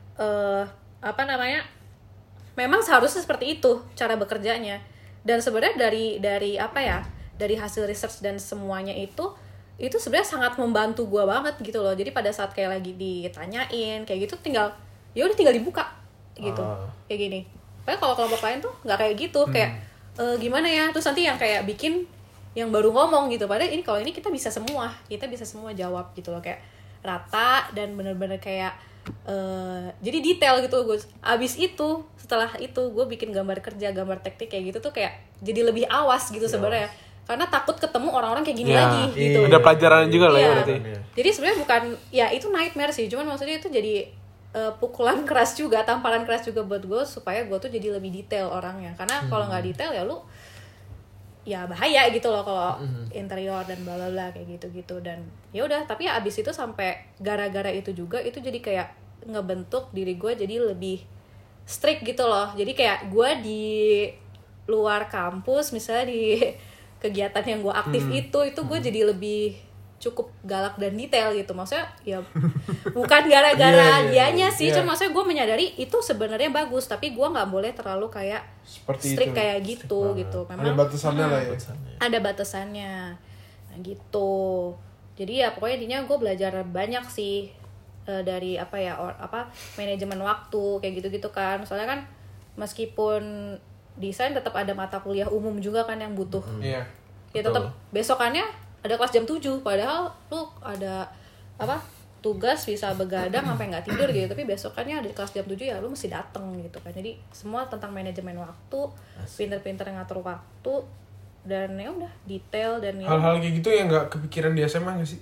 memang seharusnya seperti itu cara bekerjanya. Dan sebenarnya dari hasil research dan semuanya itu sebenarnya sangat membantu gue banget gitu loh. Jadi pada saat kayak lagi ditanyain kayak gitu, tinggal dibuka gitu, kayak gini. Kayak kalau kelompok lain tuh nggak kayak gitu, kayak gimana ya, terus nanti yang kayak bikin yang baru ngomong gitu. Padahal kalau ini kita bisa semua jawab gitu loh, kayak rata dan bener-bener kayak jadi detail gitu. Gue abis itu, setelah itu gue bikin gambar kerja, gambar teknik kayak gitu tuh kayak jadi lebih awas gitu sebenarnya, karena takut ketemu orang-orang kayak gini lagi gitu. Ada pelajaran juga lah ya berarti. Jadi sebenarnya bukan ya itu nightmare sih, cuman maksudnya itu jadi pukulan keras juga, tamparan keras juga buat gue, supaya gue tuh jadi lebih detail orangnya. Karena kalau nggak detail ya lu ya bahaya gitu loh kalau interior dan bla bla bla kayak gitu. Dan ya udah, tapi ya abis itu sampai gara-gara itu juga itu jadi kayak ngebentuk diri gue jadi lebih strict gitu loh. Jadi kayak gue di luar kampus, misalnya di kegiatan yang gue aktif itu gue jadi lebih cukup galak dan detail gitu. Maksudnya ya bukan gara-gara dianya sih, cuma maksudnya gue menyadari itu sebenarnya bagus, tapi gue nggak boleh terlalu kayak Seperti strict itu. kayak gitu gitu. Ada Memang batasannya lah ya. ada batasannya. Nah, gitu. Jadi ya pokoknya intinya gue belajar banyak sih dari manajemen waktu kayak gitu-gitu kan. Soalnya kan meskipun desain tetap ada mata kuliah umum juga kan yang butuh. Iya. Ya tetap besokannya ada kelas jam 7, padahal lu ada tugas bisa begadang sampai nggak tidur gitu, tapi besokannya ada kelas jam 7 ya lu mesti dateng gitu kan. Jadi semua tentang manajemen waktu, pinter-pinter ngatur waktu, dan ya udah detail dan ya Hal-hal kayak gitu yang nggak kepikiran di SMA nggak sih?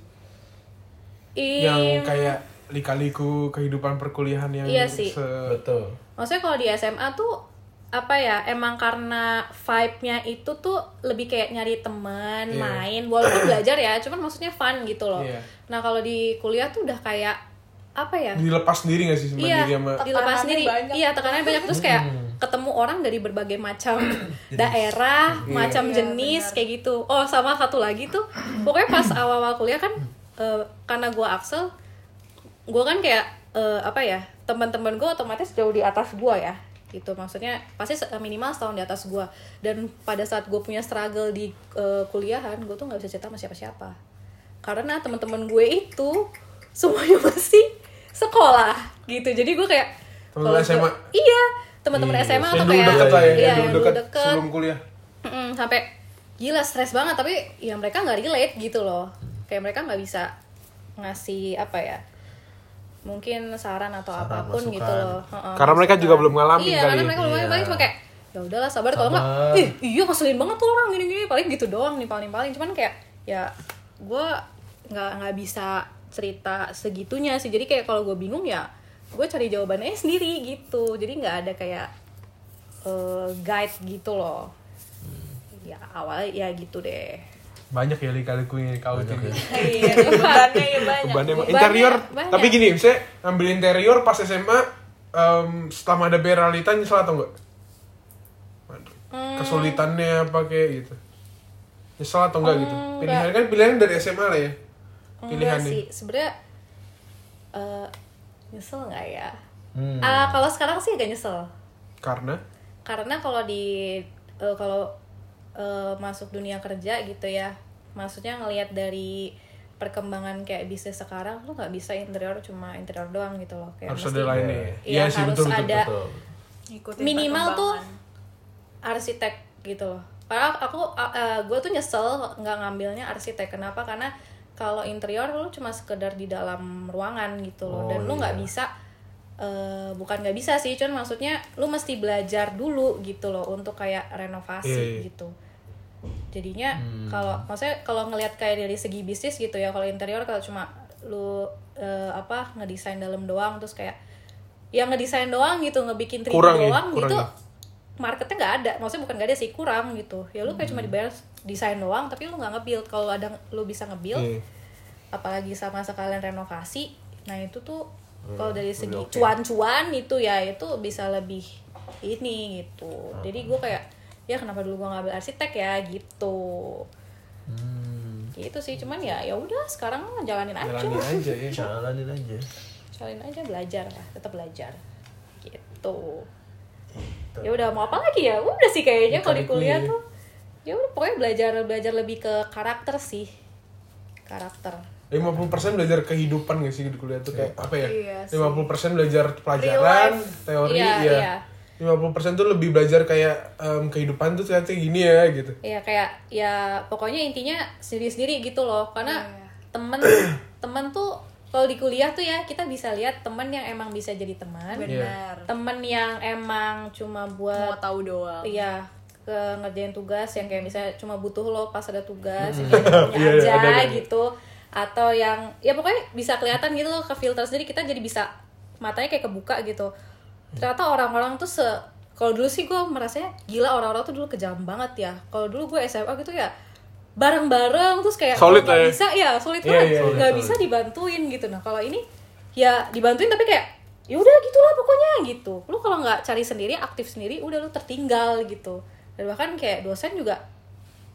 Yang kayak lika-liku kehidupan perkuliahan yang Iya sih. Betul. Maksudnya kalau di SMA tuh emang karena vibe-nya itu tuh lebih kayak nyari teman, main, walaupun belajar ya, cuman maksudnya fun gitu loh. Nah kalau di kuliah tuh udah kayak dilepas sendiri nggak sih sama diri sama dilepas sendiri. Iya, tekanannya banyak, terus kayak ketemu orang dari berbagai macam daerah, macam jenis kayak gitu. Oh sama satu lagi tuh, pokoknya pas awal-awal kuliah kan karena gue Axel, gue kan kayak teman-teman gue otomatis jauh di atas gue ya gitu, maksudnya pasti minimal setahun di atas gue. Dan pada saat gue punya struggle di kuliahan, gue tuh nggak bisa cerita sama siapa-siapa karena teman-teman gue itu semuanya masih sekolah gitu. Jadi gue kayak teman SMA. Iya, teman-teman SMA atau kayak deket lah ya, yang dulu dulu deket deket sebelum kuliah. Sampai gila stres banget, tapi ya mereka nggak relate gitu loh, kayak mereka nggak bisa ngasih mungkin saran atau apapun masukan. gitu loh. Karena mereka juga belum ngalamin iya, kali karena ya. mereka belum ngalamin, cuma kayak ya udahlah sabar, kalau nggak iya ngeselin banget tuh orang gini-gini, paling gitu doang nih paling cuman kayak ya gue nggak bisa cerita segitunya sih. Jadi kayak kalau gue bingung ya gue cari jawabannya sendiri gitu, jadi nggak ada kayak guide gitu loh. Ya awalnya ya gitu deh. Banyak ya lika-likunya kau itu. Iya, bebannya ya banyak. Bebannya interior. banyak. Tapi gini, misalnya ngambil interior pas SMA, setelah ada realita nyesel atau enggak? Kesulitannya apa kayak gitu? Nyesel atau enggak gitu? Pilihan dari SMA lah ya. Enggak Pilihannya. sih, sebenarnya nyesel nggak ya? Kalau sekarang sih agak nyesel. Karena Kalau masuk dunia kerja gitu ya, maksudnya ngelihat dari perkembangan kayak bisnis sekarang, lu nggak bisa interior cuma interior doang gitu loh, kayak harus mesti, ada lainnya. iya sih, harus betul, ada betul. Ngikutin minimal tuh perkembangan. arsitek gitu loh. Karena gue tuh nyesel nggak ngambilnya arsitek. Kenapa? Karena kalau interior lu cuma sekedar di dalam ruangan gitu loh, dan lu nggak bisa bukan nggak bisa sih, cuman maksudnya lu mesti belajar dulu gitu loh untuk kayak renovasi gitu. Jadinya kalau ngelihat kayak dari segi bisnis gitu ya, kalau interior kalau cuma lu ngedesain dalam doang, terus kayak yang ngedesain doang gitu, ngebikin 3D doang gitu, marketnya nggak ada. Maksudnya bukan nggak ada sih, kurang gitu ya. Lu kayak cuma dibayar desain doang tapi lu nggak nge-build. Kalau ada lu bisa nge-build, apalagi sama sekalian renovasi, nah itu tuh kalau dari segi cuan-cuan itu ya itu bisa lebih ini gitu. Jadi gue kayak ya kenapa dulu gue ngambil arsitek ya gitu. Gitu sih, cuman ya udah sekarang jalanin aja. Jalanin aja. Jalanin aja, belajar lah, tetap belajar gitu. Ya udah mau apa lagi ya? Udah sih kayaknya kalau di kuliah tuh ya udah pokoknya belajar lebih ke karakter sih. Karakter. 50% belajar kehidupan gak sih di kuliah tuh kayak apa ya? Iya sih. 50% belajar pelajaran, teori Iya. 50% tuh lebih belajar kayak kehidupan tuh ternyata gini ya gitu. Iya kayak ya pokoknya intinya sendiri-sendiri gitu loh. Karena temen tuh kalau di kuliah tuh ya kita bisa lihat temen yang emang bisa jadi teman. Benar. Temen yang emang cuma Mau buat tahu doang. iya ngerjain tugas yang kayak misalnya cuma butuh lo pas ada tugas yang kayak punya aja ada. gitu. Atau yang ya pokoknya bisa kelihatan gitu ke filter sendiri, kita jadi bisa matanya kayak kebuka gitu. Ternyata orang-orang tuh kalau dulu sih gue merasanya gila, orang-orang tuh dulu kejam banget ya. Kalau dulu gue SMA gitu ya bareng-bareng terus kayak solid nggak lah ya. bisa ya solid banget, nggak solid. bisa dibantuin gitu. Nah kalau ini ya dibantuin tapi kayak ya udah gitulah pokoknya gitu. Lu kalau nggak cari sendiri, aktif sendiri, udah lu tertinggal gitu. Dan bahkan kayak dosen juga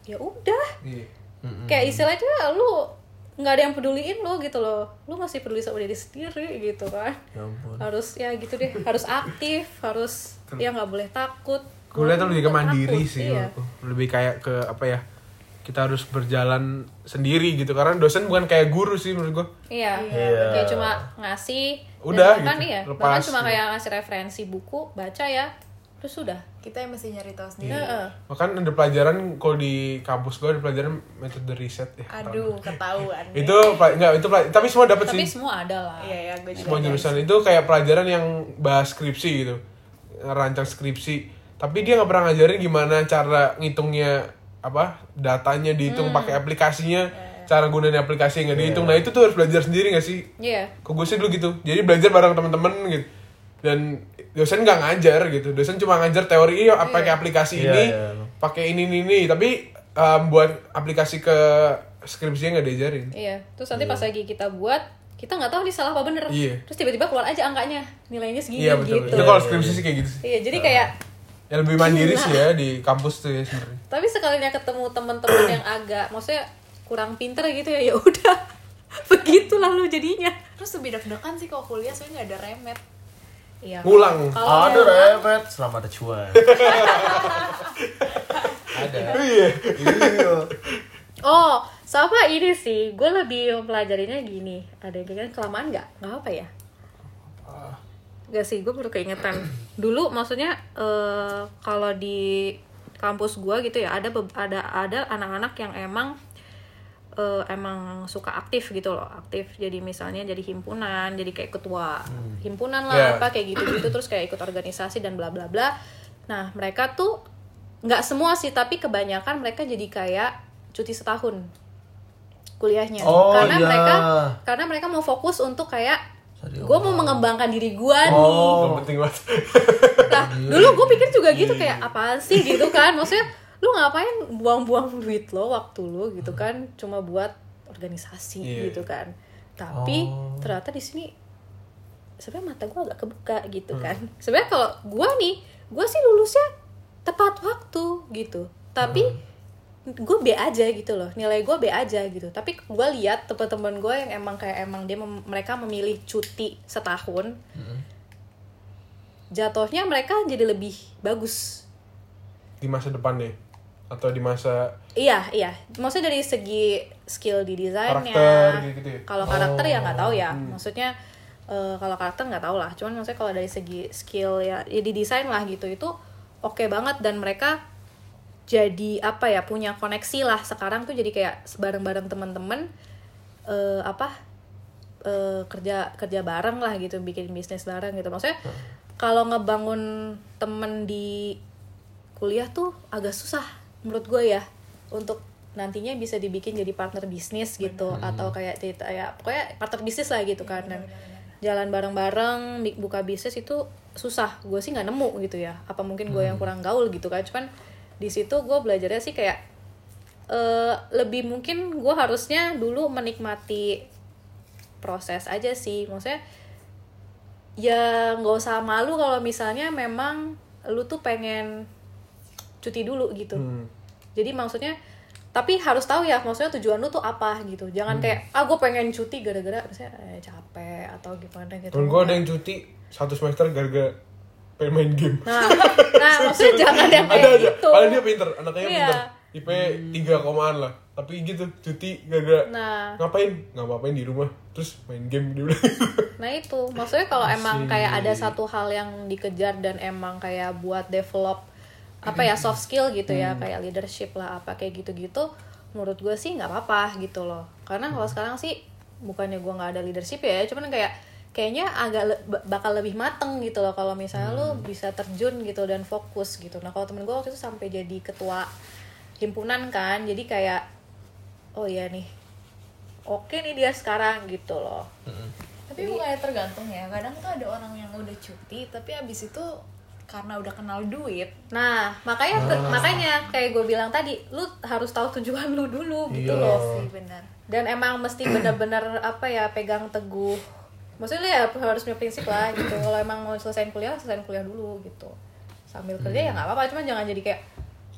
ya udah. Iya. Kayak istilahnya lu nggak ada yang peduliin lo gitu loh, lu masih peduli sama diri sendiri gitu kan. Ya ampun. Harus ya gitu deh, harus aktif, harus ya nggak boleh takut. Kuliah tuh lebih ke mandiri Takut, sih iya. menurutku. Lebih kayak ke apa ya, kita harus berjalan sendiri gitu, karena dosen bukan kayak guru sih menurut gue. Iya, Iya. kayak cuma ngasih Udah bahkan gitu, iya, lepas. bahkan cuma kayak ngasih referensi buku, baca ya, terus sudah. Kita yang mesti nyari tahu sendiri. Heeh. Bahkan ada pelajaran, kalau di kampus gue ada pelajaran metode riset ya. Aduh, ketahuan. Itu tapi semua dapat Tapi sih. semua ada lah. Iya, gue juga. Semua jurusan itu kayak pelajaran yang bahas skripsi gitu, ngerancang skripsi. Tapi dia nggak pernah ngajarin gimana cara ngitungnya, apa datanya dihitung pakai aplikasinya, cara gunain aplikasi yang nggak dihitung. Nah itu tuh harus belajar sendiri nggak sih? Iya. Kok gue sih dulu gitu. Jadi belajar bareng teman-teman gitu. Dan dosen nggak ngajar gitu. Dosen cuma ngajar teori, pakai aplikasi Iya, ini, iya. pakai ini. Tapi buat aplikasi ke skripsinya nggak diajarin. Iya. Terus nanti pas lagi kita buat, kita nggak tahu nih salah apa bener. Iya. Terus tiba-tiba keluar aja angkanya, nilainya segini Iya betul. gitu. Itu kalau skripsi sih kayak gitu sih. Iya, jadi kayak Ya lebih mandiri sih ya di kampus tuh ya sebenarnya. tapi sekalinya ketemu teman-teman yang agak maksudnya kurang pinter gitu ya, ya udah. Begitulah lu jadinya. Terus lebih deg-degan sih kalau kuliah soalnya nggak ada remet. Iya. Ngulang. Kalau Ada repet, selamat ada cuan. Ada. Iya. Iya. Oh, sama ini sih, gue lebih mempelajarinya gini. Ada yang kayaknya kelamaan nggak apa ya? Gak sih, gue baru keingetan. Dulu maksudnya kalau di kampus gue gitu ya, ada anak-anak yang emang suka aktif gitu loh, aktif. Jadi misalnya jadi himpunan, jadi kayak ketua himpunan lah, Yeah. apa kayak gitu-gitu, terus kayak ikut organisasi dan bla bla bla. Nah, mereka tuh nggak semua sih, tapi kebanyakan mereka jadi kayak cuti setahun kuliahnya. Oh, Karena mereka mau fokus untuk kayak Sorry, gue mau mengembangkan diri gue nih. Itu penting banget. Nah, dulu gue pikir juga gitu, kayak apaan sih gitu kan. Maksudnya lu ngapain buang-buang duit lo, waktu lo gitu kan, cuma buat organisasi Iya. gitu kan. Tapi ternyata di sini sebenarnya mata gue agak kebuka gitu kan. Sebenarnya kalau gue sih lulusnya tepat waktu gitu. Tapi gue B aja gitu loh, nilai gue B aja gitu. Tapi gue lihat teman-teman gue yang emang mereka memilih cuti setahun, jatuhnya mereka jadi lebih bagus. Di masa depan deh, atau di masa Iya, maksudnya dari segi skill di desainnya. karakter gitu ya. Kalau karakter ya nggak tahu ya, maksudnya kalau karakter nggak tahu lah. Cuman maksudnya kalau dari segi skill ya di desain lah gitu, itu oke banget. Dan mereka jadi apa ya, punya koneksi lah sekarang tuh, jadi kayak bareng-bareng teman-teman kerja bareng lah gitu, bikin bisnis bareng gitu. Maksudnya kalau ngebangun temen di kuliah tuh agak susah menurut gue ya, untuk nantinya bisa dibikin jadi partner bisnis gitu, atau kayak cerita ya pokoknya partner bisnis lah gitu kan. Dan jalan bareng-bareng buka bisnis itu susah, gue sih nggak nemu gitu ya, apa mungkin gue yang kurang gaul gitu kan. Cuman di situ gue belajarnya sih kayak lebih mungkin gue harusnya dulu menikmati proses aja sih. Maksudnya ya nggak usah malu kalau misalnya memang lu tuh pengen cuti dulu gitu. Jadi maksudnya tapi harus tahu ya, maksudnya tujuan lu tuh apa gitu. Jangan kayak gue pengen cuti gara-gara misalnya capek atau gimana gitu. Temen gue ada yang cuti 1 semester gara-gara pengen main game. Nah maksudnya jangan yang kayak Ada. gitu. Padahal dia pinter, anaknya Iya. pinter. IP 3 komaan lah. Tapi gitu, cuti gara-gara Nah. ngapain? Nggak ngapain di rumah. Terus main game dia udah. Nah itu, maksudnya kalau emang kayak ada satu hal yang dikejar dan emang kayak buat develop apa ya, soft skill gitu ya, kayak leadership lah, apa kayak gitu-gitu, menurut gue sih nggak apa-apa gitu loh. Karena kalau sekarang sih bukannya gue nggak ada leadership ya, cuman kayaknya bakal lebih mateng gitu loh kalau misalnya lu bisa terjun gitu dan fokus gitu. Nah kalau temen gue waktu itu sampai jadi ketua himpunan kan, jadi kayak oh iya nih, oke nih dia sekarang gitu loh. Tapi bukannya tergantung ya, kadang tuh ada orang yang udah cuti tapi abis itu karena udah kenal duit. Nah makanya kayak gue bilang tadi, lu harus tahu tujuan lu dulu gitu Iya. loh. Sih benar. Dan emang mesti benar-benar apa ya, pegang teguh. Maksudnya lu ya harus punya prinsip lah gitu. Kalau emang mau selesaiin kuliah dulu gitu. Sambil kerja ya nggak apa-apa, cuman jangan jadi kayak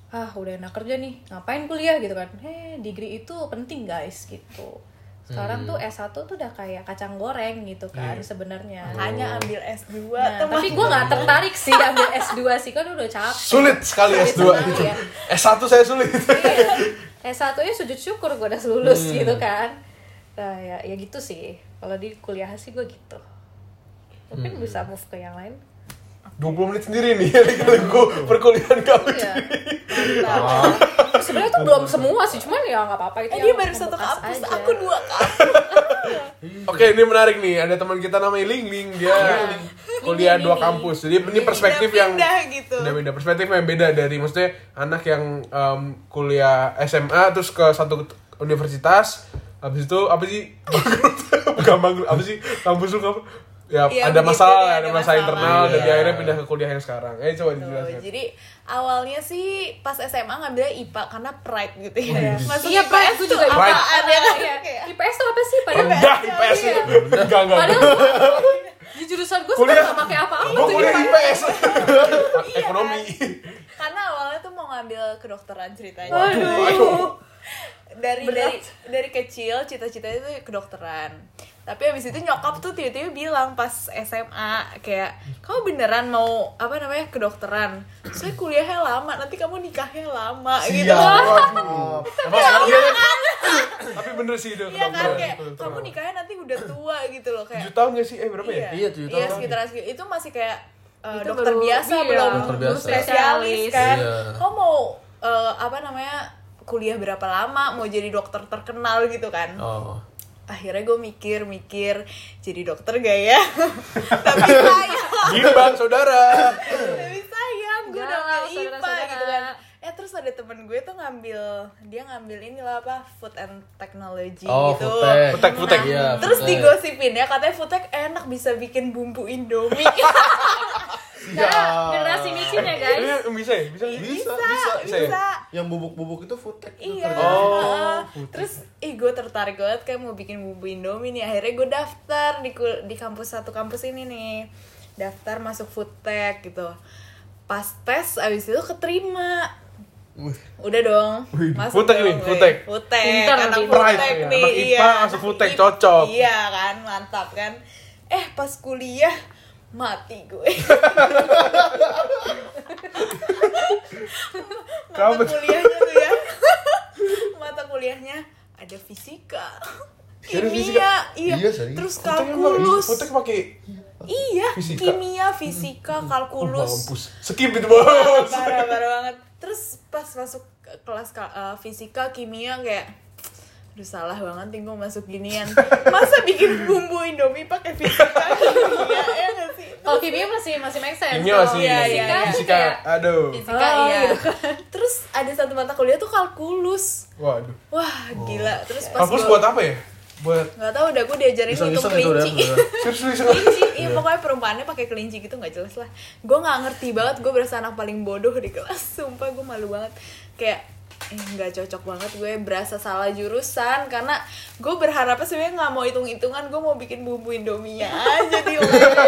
udah enak kerja nih, ngapain kuliah gitu kan. Degree itu penting guys gitu. Sekarang tuh S1 tuh udah kayak kacang goreng gitu kan sebenarnya. Hanya ambil S2 tapi gue nggak tertarik sih ambil S2 sih, kan udah capek. Sulit sekali S2 itu. Ya. S1 saya sulit. Iya. S1 nya sujud syukur gue udah lulus gitu kan. Nah ya gitu sih. Kalau di kuliah sih gue gitu. Mungkin bisa move ke yang lain. 20 menit sendiri nih kalau gue perkuliahan kamu. Iya. Sebenarnya tuh belum semua sih, cuman ya nggak apa-apa itu. Dia baru 1 kampus, aku 2 kampus. Oke, ini menarik nih. Ada teman kita namanya Ling. Dia kuliah 2 kampus. Jadi ini perspektif yang gitu. beda perspektif yang beda dari maksudnya anak yang kuliah SMA terus ke satu universitas. Habis itu apa sih? Bukan bangkrut. Apa sih? Kampus lu apa? Ya, ada masalah, ada masalah internal dan dia akhirnya pindah ke kuliah yang sekarang. Coba dijelaskan. Jadi awalnya sih pas SMA ngambilnya IPA karena pride gitu ya. Masuk Iya, IPS itu tuh juga apaan ya kan? IPS tuh apa sih? Padahal Rendah IPS itu. Enggak. Padahal di jurusan gue Kuliah nggak pakai apa-apa gue tuh kuliah IPS. Ekonomi. Karena awalnya tuh mau ngambil kedokteran ceritanya. Waduh. Dari kecil cita-citanya tuh kedokteran. Tapi abis itu nyokap tuh tiba-tiba bilang pas SMA kayak, kamu beneran mau kedokteran? Saya kuliahnya lama, nanti kamu nikahnya lama gitu. Waduh. Tapi bener sih itu. Iya kan, kayak kamu nikahnya nanti udah tua gitu loh kayak. 7 tahun gak sih? Berapa ya? Iya, 7 tahun. Iya, sekitar itu masih kayak Itu dokter baru- biasa, iya, belum dokter biasa. spesialis kan. Iya. Kamu mau kuliah berapa lama, mau jadi dokter terkenal gitu kan. Akhirnya gue mikir jadi dokter gak ya? Tapi sayang. Gimbal saudara. Tapi sayang, gue udah Galau, ngambil IPA saudara-saudara. gitu kan. Terus ada temen gue tuh ngambil inilah food and technology gitu. Foodtech. Iya, Terus foodtech. digosipin ya katanya foodtech enak, bisa bikin bumbu Indomie. Karena generasi micin ya guys. Bisa ya? Bisa. Yang bubuk-bubuk itu foodtech. Iya. Terus gue tertarik banget kayak mau bikin bumbu Indomie nih. Akhirnya gue daftar di satu kampus ini nih. Daftar masuk foodtech gitu. Pas tes abis itu keterima. Udah dong. Masuk Foodtech dong nih, gue. foodtech. Pintar Anak nih. foodtech Pride, nih. anak IPA masuk foodtech, cocok. Iya kan, mantap kan. Pas kuliah mati gue. Kamu- Kuliahnya tuh ya. Mata kuliahnya ada fisika. Serius Kimia, fisika? iya. Iya, serius. Terus Foodtech kalkulus. Foodtech pakai Iya, Fisika. kimia, fisika, kalkulus. mampus. Skip itu bos. Parah banget. Terus pas masuk ke kelas fisika, kimia kayak aduh salah banget nih gue masuk ginian. Masa bikin bumbu Indomie pakai fisika kimia ya nggak sih? Kalau kimia masih make sense. Kimia Kalau masih fisika tuh fisika. kayak Aduh. Fisika iya. Terus ada satu mata kuliah tuh kalkulus. Waduh. Wah gila. Terus pas Kampus gua- buat apa ya? Buat nggak tahu udah gue diajarin hitung Iseng-iseng itu udah. kelinci. serius. Kelinci, iya pokoknya perumpamannya pakai kelinci gitu nggak jelas lah. Gue nggak ngerti banget, gue berasa anak paling bodoh di kelas, sumpah gue malu banget. Kayak nggak cocok banget, gue berasa salah jurusan karena gue berharapnya sebenarnya nggak mau hitung-hitungan, gue mau bikin bumbu Indomie aja di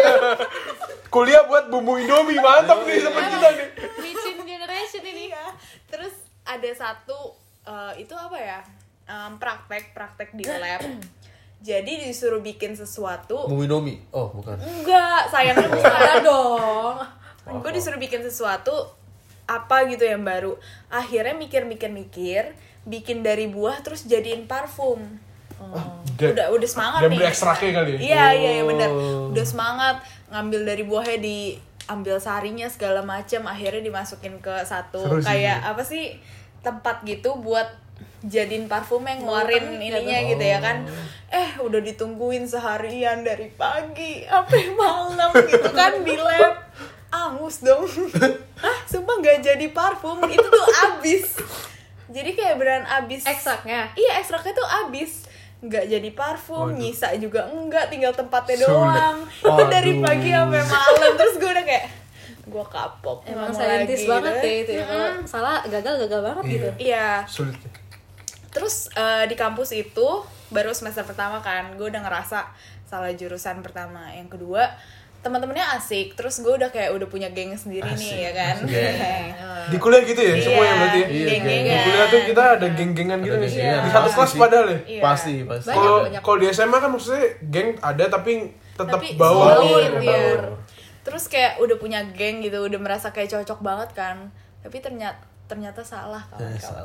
Kuliah buat bumbu Indomie, mantap nih teman kita nih. micin generation ini. Iya. Terus ada satu itu apa ya? Praktek di lab. Jadi disuruh bikin sesuatu. Bumbu Indomie. Oh, bukan. Enggak, sayangnya bukan. Ada dong. Gue disuruh bikin sesuatu apa gitu yang baru. Akhirnya mikir, bikin dari buah terus jadiin parfum. Udah semangat Dan nih. beli ekstraknya kali Iya ya? benar. Udah semangat ngambil dari buahnya, diambil sarinya segala macam, akhirnya dimasukin ke satu Seru sih, kayak apa sih tempat gitu buat jadiin parfum yang ngeluarin ininya gitu ya kan. Udah ditungguin seharian dari pagi sampai malam gitu kan di lab. Angus dong. Sumpah nggak jadi parfum, itu tuh abis. Jadi kayak beneran abis. Ekstraknya. Iya, ekstraknya tuh abis. Nggak jadi parfum, nyisa juga enggak, tinggal tempatnya Sulit. doang. Itu dari pagi sampai malam. Terus gue udah kayak gue kapok. Emang nggak mau saintis lagi, banget gitu. ya itu ya. Kalau salah gagal banget gitu. Iya. Sulit. Terus di kampus itu baru semester pertama kan, gue udah ngerasa salah jurusan pertama. Yang kedua teman-temannya asik, terus gue udah punya geng sendiri nih ya kan. Di kuliah gitu ya semuanya berarti ya? Geng-gengan. Di kuliah tuh kita ada geng-gengan gitu nih. geng-gengan. Di satu kelas padahal ya. Iya. Pasti. Kalau di SMA kan maksudnya geng ada tapi tetap Tapi bawa solid, gitu. iya. Terus kayak udah punya geng gitu, udah merasa kayak cocok banget kan. Tapi ternyata salah kawan-kawan.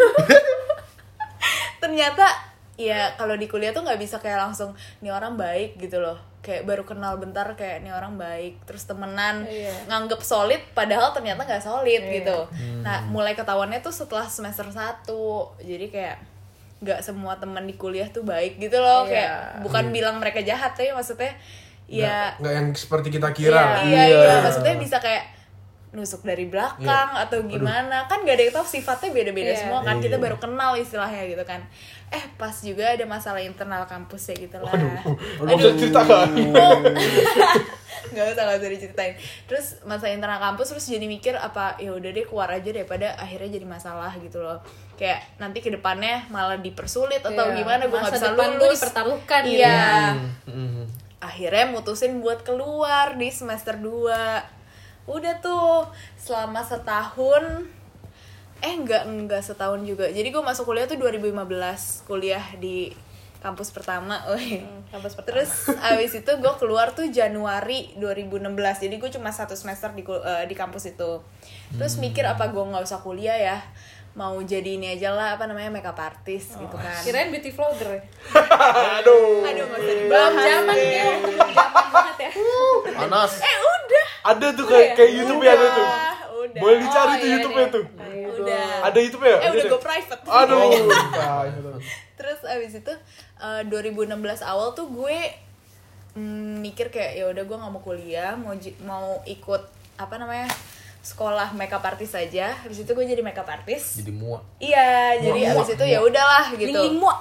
Ternyata ya kalau di kuliah tuh nggak bisa kayak langsung nih orang baik gitu loh, kayak baru kenal bentar kayak nih orang baik terus temenan nganggep solid padahal ternyata nggak solid gitu. Nah mulai ketahuannya tuh setelah semester 1, jadi kayak nggak semua teman di kuliah tuh baik gitu loh. Kayak bukan bilang mereka jahat, tapi maksudnya ya nggak yang seperti kita kira. iya, maksudnya bisa kayak nusuk dari belakang atau gimana. Kan gak ada yang tahu, sifatnya beda-beda semua kan. Kita baru kenal istilahnya gitu kan. Pas juga ada masalah internal kampus ya gitu lah. Aduh, bisa ceritakan. Gak usah diceritain. Terus masalah internal kampus, terus jadi mikir apa ya udah deh keluar aja daripada akhirnya jadi masalah gitu loh. Kayak nanti ke depannya malah dipersulit atau gimana, gue gak bisa depan lulus. dipertaruhkan gitu. Iya. Akhirnya mutusin buat keluar di semester 2. Udah tuh selama setahun, enggak setahun juga. Jadi gue masuk kuliah tuh 2015, kuliah di kampus pertama. Kampus pertama. Terus abis itu gue keluar tuh Januari 2016. Jadi gue cuma 1 semester di kampus itu. Terus mikir apa gue nggak usah kuliah ya, mau jadi ini aja lah, apa namanya, makeup artist gitu kan. Kirain beauty vlogger ya? Aduh. Aduh nggak usah Belum dibahas. zaman ya, belum zaman banget ya. Panas. Udah. Ada tuh kayak YouTube ya ada tuh. Udah. Boleh dicari tuh iya YouTube-nya nih. tuh. Udah. Ada YouTube ya? Udah gue private. Aduh. Terus abis itu 2016 awal tuh gue mikir kayak ya udah gue nggak mau kuliah, mau ikut apa namanya, sekolah makeup artist aja. Habis itu gue jadi makeup artist. Jadi muak. Iya, jadi abis itu ya udahlah gitu. Ling muak.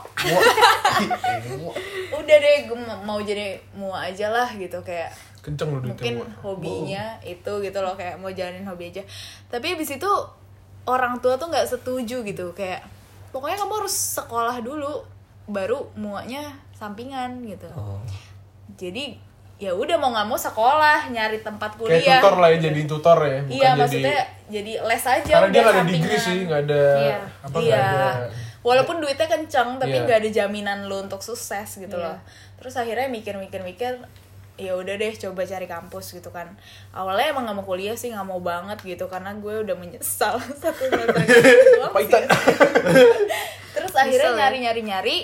Udah deh, gue mau jadi mua aja lah gitu, kayak Kenceng lu mungkin duitnya. hobinya itu gitu loh, kayak mau jalanin hobi aja. Tapi abis itu orang tua tuh nggak setuju gitu, kayak pokoknya kamu harus sekolah dulu baru muanya sampingan gitu. Jadi ya udah mau nggak mau sekolah, nyari tempat kuliah. Kayak tutor lah ya, jadi tutor ya. Bukan Iya, jadi... maksudnya jadi les aja. Karena dia udah nggak ada sampingan. degree sih, nggak ada apa nggak Iya. ada. Walaupun duitnya kenceng, tapi Iya. nggak ada jaminan lu untuk sukses gitu loh. Terus akhirnya mikir, ya udah deh coba cari kampus gitu kan. Awalnya emang nggak mau kuliah sih, nggak mau banget gitu, karena gue udah menyesal satu semester doang sih. Paitan. Terus akhirnya Nyesel ya? nyari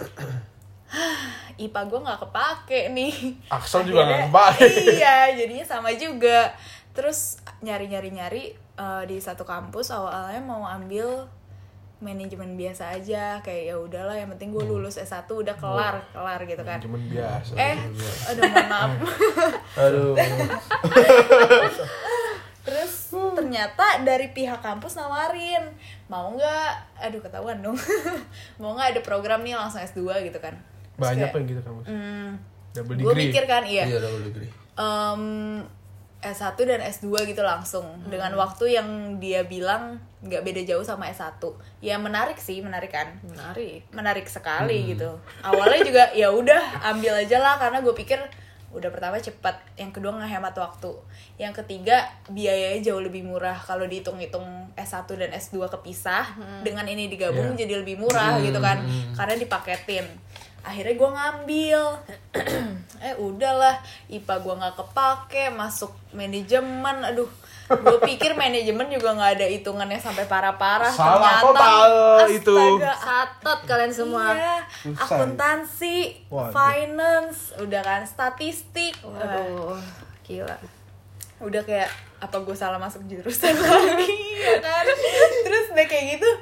IPA gue nggak kepake nih. Aksel juga nggak Akhirnya- kepake. Iya, jadinya sama juga. Terus nyari di satu kampus, awalnya mau ambil manajemen biasa aja, kayak ya udahlah yang penting gue lulus S1 udah kelar gitu kan. Cuman biasa. Aduh mohon maaf. Aduh. Terus ternyata dari pihak kampus nawarin, mau nggak, aduh ketahuan dong, mau nggak ada program nih langsung S2 gitu kan. Terus Banyak kayak, yang gitu kamu. Double gue degree. mikir kan, iya, Iya, double degree. S1 dan S2 gitu langsung dengan waktu yang dia bilang nggak beda jauh sama S1. Ya menarik kan, menarik sekali gitu. Awalnya juga ya udah ambil aja lah, karena gue pikir udah pertama cepat, yang kedua ngehemat waktu, yang ketiga biayanya jauh lebih murah kalau dihitung-hitung S1 dan S2 kepisah, dengan ini digabung jadi lebih murah gitu kan, karena dipaketin. Akhirnya gue ngambil udahlah, IPA gue nggak kepake, masuk manajemen. Aduh, gue pikir manajemen juga nggak ada hitungannya sampai parah-parah. Salah Ternyata, total itu. astaga, Satot kalian semua. iya, Susah. akuntansi, Waduh. finance, udah kan, statistik. Aduh, gila. Udah kayak apa gue salah masuk jurusan lagi ya kan. Terus udah kayak gitu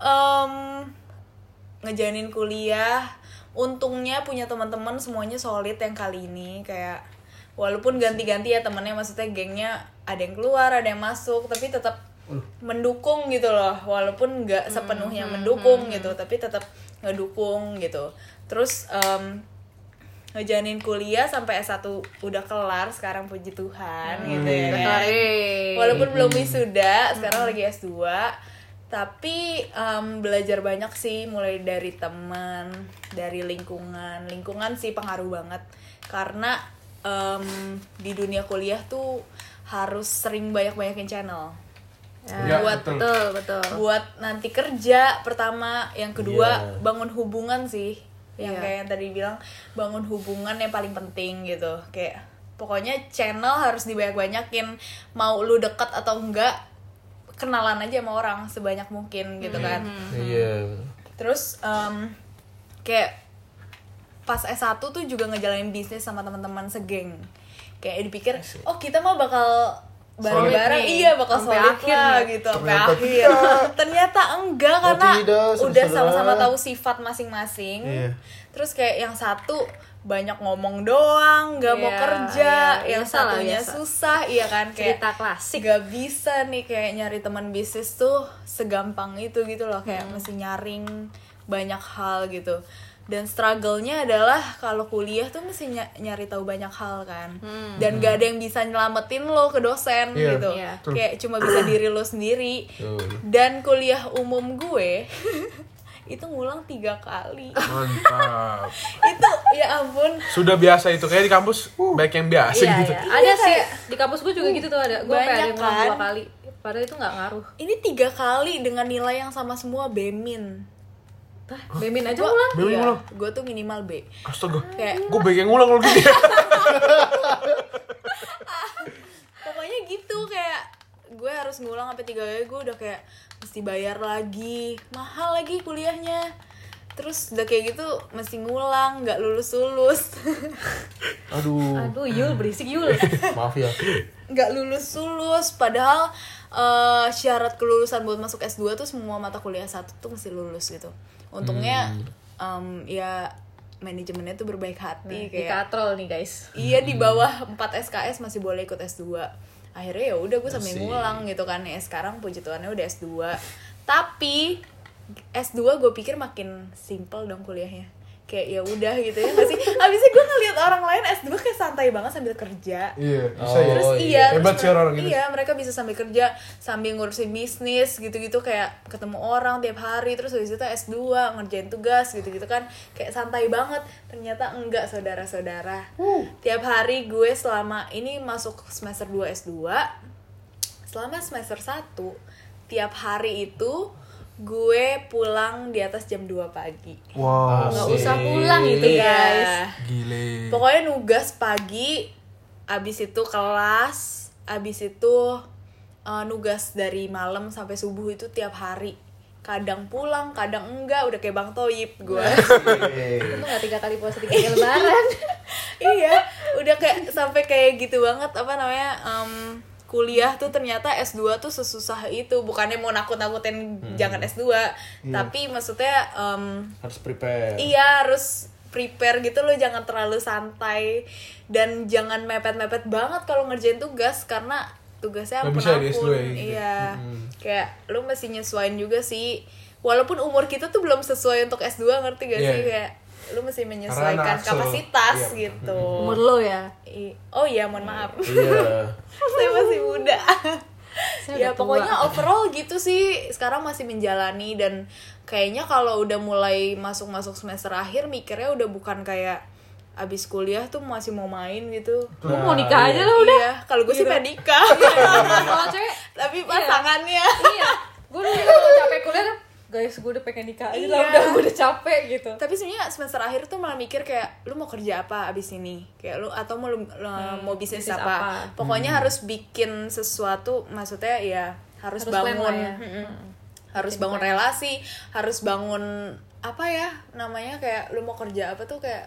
ngejalanin kuliah. Untungnya punya teman-teman semuanya solid yang kali ini, kayak walaupun ganti-ganti ya temennya, maksudnya gengnya ada yang keluar ada yang masuk, tapi tetap mendukung gitu loh, walaupun nggak sepenuhnya mendukung gitu, tapi tetap ngedukung gitu. Terus ngejalanin kuliah sampai S1 udah kelar, sekarang puji Tuhan gitu ya kan. Walaupun belum wisuda, sekarang lagi S2. Tapi belajar banyak sih, mulai dari teman, dari lingkungan sih pengaruh banget. Karena di dunia kuliah tuh harus sering banyakin channel. Ya, betul. Buat nanti kerja pertama, yang kedua Iya. bangun hubungan sih. Yang Iya. kayak yang tadi bilang, bangun hubungan yang paling penting gitu. Kayak pokoknya channel harus dibanyak-banyakin, mau lu deket atau enggak, kenalan aja sama orang sebanyak mungkin gitu kan. Iya. Terus kayak pas S1 tuh juga ngejalanin bisnis sama teman-teman segeng. Kayak dipikir, oh kita mah bakal bareng-bareng, Solid nih. iya bakal Sampai solid akhir lah nih. gitu, sampai Ternyata akhir. Ternyata enggak, karena tidak, udah saudara. sama-sama tahu sifat masing-masing. Iya. Terus kayak yang satu banyak ngomong doang, nggak mau Iya, kerja, iya, yang biasa lah, satunya biasa. susah, iya kan, kayak Cerita klasik. gak bisa nih kayak nyari teman bisnis tuh segampang itu gitu loh, kayak mesti nyaring banyak hal gitu. Dan struggle-nya adalah kalau kuliah tuh mesti nyari tahu banyak hal kan, dan gak ada yang bisa nyelamatin lo ke dosen Iya, gitu, iya. kayak cuma bisa diri lo sendiri. Betul. Dan kuliah umum gue itu ngulang 3 kali. Mantap. Itu ya ampun. Sudah biasa itu kayak di kampus baik yang biasa Iya, gitu. iya. Ada sih kayak- di kampus gue juga gitu tuh ada. Gue banyak kayak ada yang ngulang kan? 2 kali. Padahal itu nggak ngaruh. Ini 3 kali dengan nilai yang sama semua, B-min. Bemin aja ngulang. Bemin ngulang? Gue tuh minimal B. Astaga. Kayak Gue baik yang ngulang kalau gitu ya. pokoknya gitu, kayak gue harus ngulang sampai 3 kali. Gue udah kayak mesti bayar lagi, mahal lagi kuliahnya. Terus udah kayak gitu mesti ngulang, nggak lulus. Aduh. Aduh, Yul berisik Yul. Maaf ya. Nggak lulus. Padahal syarat kelulusan buat masuk S2 tuh semua mata kuliah 1 tuh mesti lulus gitu. Untungnya ya manajemennya tuh berbaik hati, Di kayak katrol nih guys. iya di bawah 4 SKS masih boleh ikut S2. Akhirnya ya udah gue sambil Asik. ngulang gitu kan. Ya sekarang puji Tuhannya udah S2. Tapi S2 gue pikir makin simple dong kuliahnya. Kayak ya udah gitu ya nggak sih? Habisnya gue ngeliat orang lain S2 kayak santai banget sambil kerja. Iya, bisa Oh, ya. Terus iya. Hebat sih orang gitu. Iya, mereka bisa sambil kerja, sambil ngurusin bisnis gitu-gitu, kayak ketemu orang tiap hari, terus habis itu S2, ngerjain tugas gitu-gitu kan, kayak santai banget. Ternyata enggak, saudara-saudara. Tiap hari gue selama ini masuk semester 2 S2, selama semester 1, tiap hari itu gue pulang di atas jam 2 pagi. Wow. Nggak Asik. usah pulang itu Iya. guys. Gile. Pokoknya nugas pagi, abis itu kelas, abis itu nugas dari malam sampai subuh itu tiap hari. Kadang pulang, kadang enggak, udah kayak Bang Toyib gue. Itu nggak 3 kali puasa 3 kali lebaran. Iya, udah kayak sampai kayak gitu banget, apa namanya, kuliah tuh ternyata S2 tuh sesusah itu. Bukannya mau nakut-nakutin jangan S2, tapi maksudnya Harus prepare. iya, harus prepare gitu loh, jangan terlalu santai dan jangan mepet-mepet banget kalau ngerjain tugas, karena tugasnya Nggak bisa di S2 ampun-ampun. ya, gitu. Iya, kayak lu mesti nyesuaiin juga sih, walaupun umur kita tuh belum sesuai untuk S2, ngerti gak Iya. sih, kayak lu mesti Karena menyesuaikan anak Axel. kapasitas Iya. gitu. Umur lo ya. Oh iya, mohon maaf. Iya. Saya masih muda. Saya Ya udah pokoknya tua. overall gitu sih. Sekarang masih menjalani, dan kayaknya kalau udah mulai masuk semester akhir, mikirnya udah bukan kayak abis kuliah tuh masih mau main gitu. Gue mau nikah aja lah udah. Iya, kalau gue sih pengen nikah. Kalau cewek, Tapi pasangannya. iya. Gue dulu juga kalau capek kuliah tuh, guys gue udah pengen nikah aja lah, Iya. udah gue udah capek gitu. Tapi sebenarnya semester akhir tuh malah mikir kayak lu mau kerja apa abis ini, kayak lu atau mau bisnis bisnis apa. apa. Pokoknya harus bikin sesuatu, maksudnya ya harus Harus plan bangun lah ya. harus bangun relasi, harus bangun apa ya namanya, kayak lu mau kerja apa tuh, kayak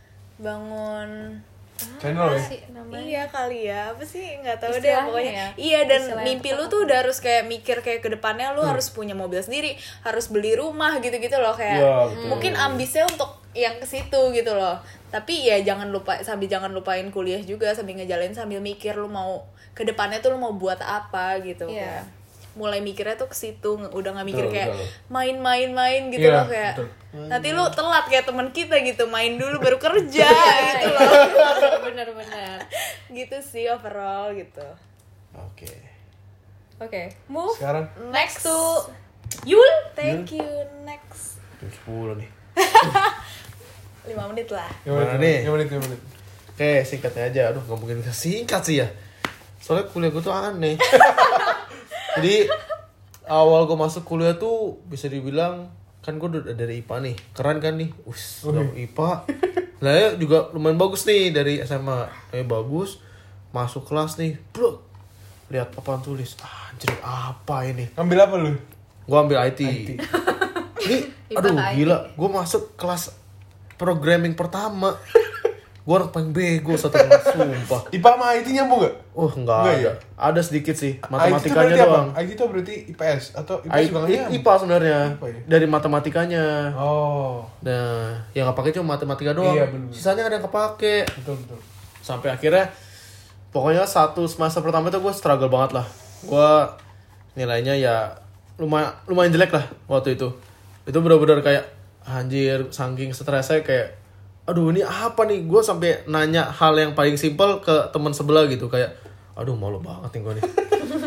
bangun Channel ya. Sih namanya. iya kali ya, apa sih, nggak tahu deh Istilahnya pokoknya ya. iya. Dan Istilahnya mimpi tepat lu tuh udah harus kayak mikir kayak ke depannya lu harus punya mobil sendiri, harus beli rumah gitu-gitu loh, kayak Iya, betul. mungkin ambisnya untuk yang ke situ gitu loh. Tapi ya jangan lupain kuliah juga, sambil ngejalanin, sambil mikir lu mau ke depannya tuh lu mau buat apa gitu. Iya. Kayak mulai mikirnya tuh ke situ, udah nggak mikir Betul, kayak betul. main gitu Iya, loh, kayak betul. nanti lu telat kayak teman kita gitu, main dulu baru kerja gitu loh. Bener-bener. Gitu sih overall gitu. Oke. Oke, move Sekarang next to Yul. Thank you, next. Jam 10 nih. 5 menit lah. 5 Mana menit, nih? 5 menit, 5 menit. Oke, singkatnya aja. Aduh, gak mungkin singkat sih ya. Soalnya kuliah gue tuh aneh. Jadi awal gue masuk kuliah tuh bisa dibilang kan gue udah dari IPA nih. Keren kan nih. Udah IPA. Nah ya juga lumayan bagus nih dari SMA. Bagus. Masuk kelas nih. Bro. Lihat papan tulis. Anjir apa ini? Ambil apa lu? Gue ambil IT. Ini aduh gila. Gue masuk kelas programming pertama. Gue orang paling bego satu kelas, sumpah. IPA sama IT nyambung gak? Oh enggak ada. Ya? Ada sedikit sih, IT matematikanya itu doang. IT itu berarti IPS atau IPS juga nggak nyambung? IPA sebenarnya. IPA ya? Dari matematikanya. Oh. Nah, yang kepake cuma matematika doang. Iya, bener. Sisanya ada yang kepake. Betul. Sampai akhirnya pokoknya satu semester pertama itu gue struggle banget lah. Gue nilainya ya lumayan jelek lah waktu itu. Itu benar-benar kayak anjir, saking stresnya kayak aduh ini apa nih, gue sampai nanya hal yang paling simpel ke teman sebelah gitu kayak aduh malu banget nih gue nih.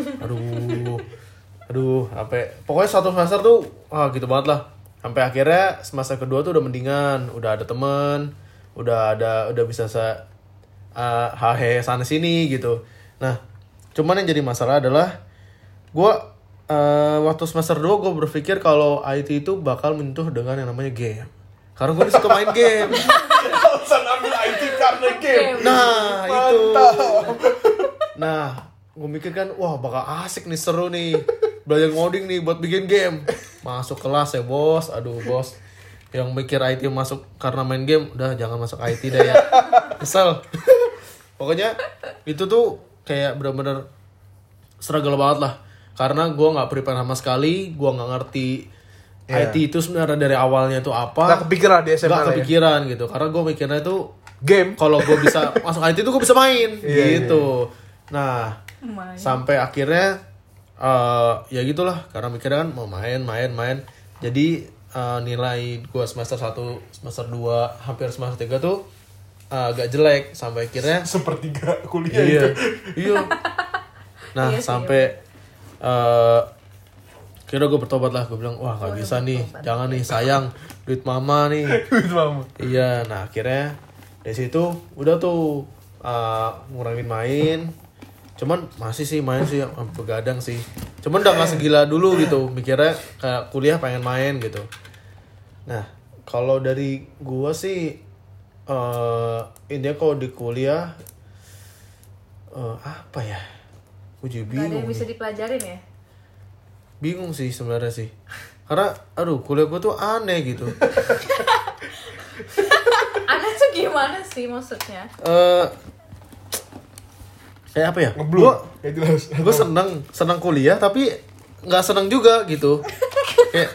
aduh sampai pokoknya satu semester tuh gitu banget lah. Sampai akhirnya semester kedua tuh udah mendingan, udah ada temen, udah bisa hahe sana sini gitu. Nah cuman yang jadi masalah adalah gue waktu semester 2 gue berpikir kalau IT itu bakal menyentuh dengan yang namanya game. Karena gue suka main game. Alasan ambil IT karena game. Nah, Mantap. itu. Nah, gue mikir kan, wah bakal asik nih, seru nih. Belajar ngoding nih buat bikin game. Masuk kelas ya bos, aduh bos. Yang mikir IT masuk karena main game, udah jangan masuk IT dah ya. Kesel. Pokoknya itu tuh kayak bener-bener struggle banget lah. Karena gue gak prepare sama sekali, gue gak ngerti IT itu sebenarnya dari awalnya itu apa. Gak kepikiran di SMA. Gak kepikiran gitu. Karena gue mikirnya itu game. kalau gue bisa masuk IT itu gue bisa main gitu. Nah, sampai akhirnya ya gitulah. Karena mikirnya kan mau main. Jadi nilai gue semester 1, semester 2, hampir semester 3 tuh agak jelek. Sampai akhirnya sepertiga kuliah Iya. Nah, sampai kira gue bertobat lah, gue bilang wah nggak bisa nih, jangan nih, sayang duit mama nih. Duit mama. Iya, nah akhirnya dari situ udah tuh ngurangin main, cuman masih sih main sih, begadang sih, cuman udah nggak segila dulu gitu, mikirnya kayak kuliah pengen main gitu. Nah kalau dari gue sih intinya kalau di kuliah apa ya, gue jadi bingung. Gak ada yang bisa nih. dipelajarin ya? Bingung sih sebenarnya sih. Karena aduh kuliah gue tuh aneh gitu. Aneh tuh gimana sih maksudnya? Kayak apa ya? Ngeblur. Kayak jelas. Gue senang kuliah tapi nggak senang juga gitu. Kayak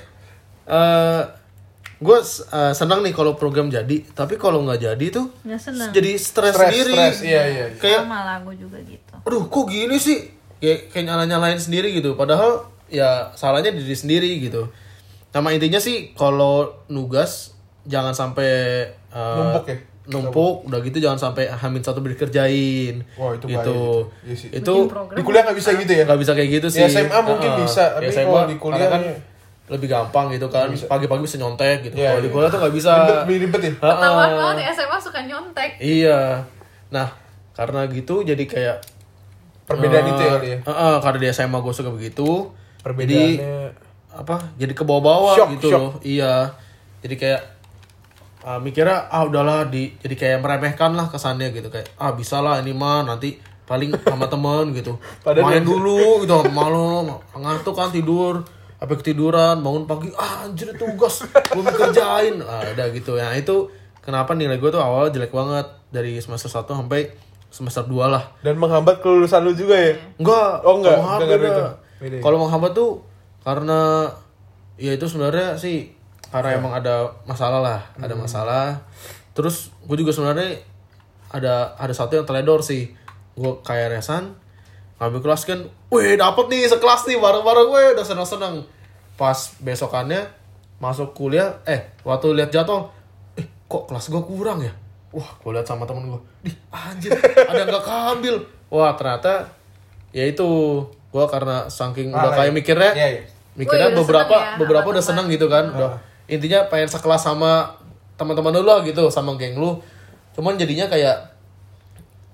gue senang nih kalau program jadi, tapi kalau nggak jadi tuh Nggak senang. jadi stres sendiri. Iya. Kayak Kayak malah gue juga gitu. aduh kok gini sih? Kayak nyalain sendiri gitu. Padahal ya salahnya diri sendiri gitu. Sama intinya sih kalau nugas jangan sampai Numpuk ya? Numpuk, udah gitu jangan sampai H-1 dikerjain. Wah, itu gitu. bahaya. Iya sih. Itu Di kuliah nggak bisa gitu ya? nggak bisa kayak gitu sih. Ya SMA mungkin bisa, tapi kalau di kuliah kan ya. lebih gampang gitu kan. Pagi-pagi bisa nyontek gitu. Iya, Kalau di iya. kuliah tuh nggak bisa. Ribet ya? Ketahuan banget ya SMA suka nyontek. Iya. Nah, karena gitu jadi kayak Perbedaan itu ya kali ya? Karena di SMA gue suka begitu. Perbedaannya Jadi jadi ke bawah-bawah Shock, gitu shock. loh. Iya. Jadi kayak mikirnya udahlah jadi kayak meremehkan lah kesannya gitu kayak bisa lah ini mah nanti paling sama temen gitu. Padahal main dulu gitu malam ngantuk kan tidur sampai ketiduran bangun pagi anjir tugas belum kerjain udah gitu ya. Itu kenapa nilai gue tuh awal jelek banget dari semester 1 sampai semester 2 lah. dan menghambat kelulusan lu juga ya? Enggak. Oh, enggak. Kalau menghambat Enggak, beda. beda ya? Kalau menghambat tuh karena ya itu sebenarnya sih karena emang ada masalah lah, ada masalah. Terus gue juga sebenarnya ada satu yang teledor sih. Gue kayak resan ngambil kelas kan, wih dapet nih sekelas nih bareng-bareng gue udah senang-senang. Pas besokannya masuk kuliah, waktu lihat jadwal, kok kelas gue kurang ya? Wah, gue lihat sama temen gue, anjir, ada yang gak keambil. Wah, ternyata ya itu gue karena saking udah kayak mikirnya, mikirnya Wih, udah beberapa seneng ya, udah seneng gitu kan. Udah intinya pengen sekelas sama teman-teman lu lah gitu, sama geng lu. Cuman jadinya kayak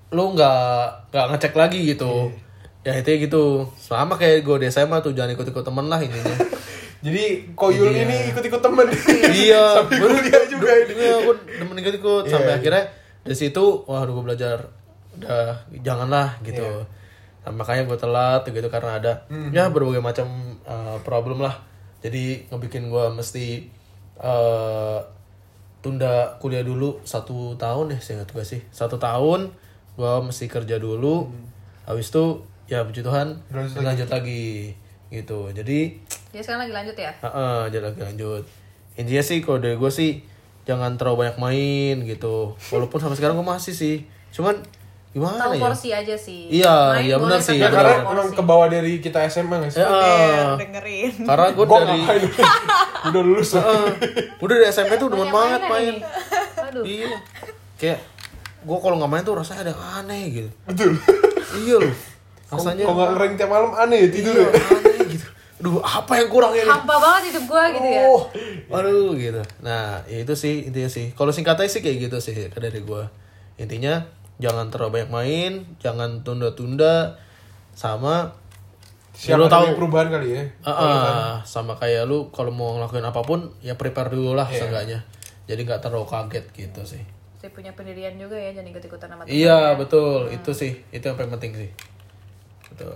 lu nggak ngecek lagi gitu. Ya itu gitu. Sama kayak gue di SMA tuh, jangan ikut-ikut temen lah intinya. Jadi Koyul ini ikut-ikut temen. Iya, sampai kuliah juga ini. Iya, gue demen ikut-ikut sampai akhirnya dari situ, waduh gue belajar udah janganlah gitu. Nah, makanya gue telat gitu karena ada ya berbagai macam problem lah. Jadi ngebikin gue mesti tunda kuliah dulu 1 tahun ya, seingat gue sih 1 tahun gue mesti kerja dulu. Habis itu ya puji Tuhan lanjut lagi gitu. Jadi sekarang lagi lanjut ya? jadi lagi lanjut. Intinya sih kalau dari gue sih jangan terlalu banyak main gitu. Walaupun sampai sekarang gue masih sih, cuman gimana tahu ya? porsi aja sih. Iya, Main iya benar boleh, sih. tapi Ya benar. karena porsi. emang ke bawah dari kita SMA nggak sih? Dengerin. Karena gue Gue dari ngapain? Udah lulus. udah dari SMP tuh demen Banyak banget mainan main. nih. Aduh. Iya. Kayak gue kalau nggak main tuh rasanya ada yang aneh gitu. Betul. Iya loh. Rasanya Kalau nggak ngering tiap malam aneh ya tidur iya, ya. aneh gitu. Aduh, apa yang kurang ini? Hampa banget hidup gue gitu ya. Waduh gitu. Nah, ya itu sih intinya sih. Kalau singkatnya sih kayak gitu sih dari gue. Intinya jangan terlalu banyak main, jangan tunda-tunda, sama Siapa lu tahu perubahan kali ya? sama kayak lu kalau mau ngelakuin apapun ya prepare dulu lah seenggaknya. Jadi nggak terlalu kaget gitu sih. Saya punya pendirian juga ya, jangan ikut-ikutan sama teman. Iya betul, itu sih itu yang paling penting sih. Betul.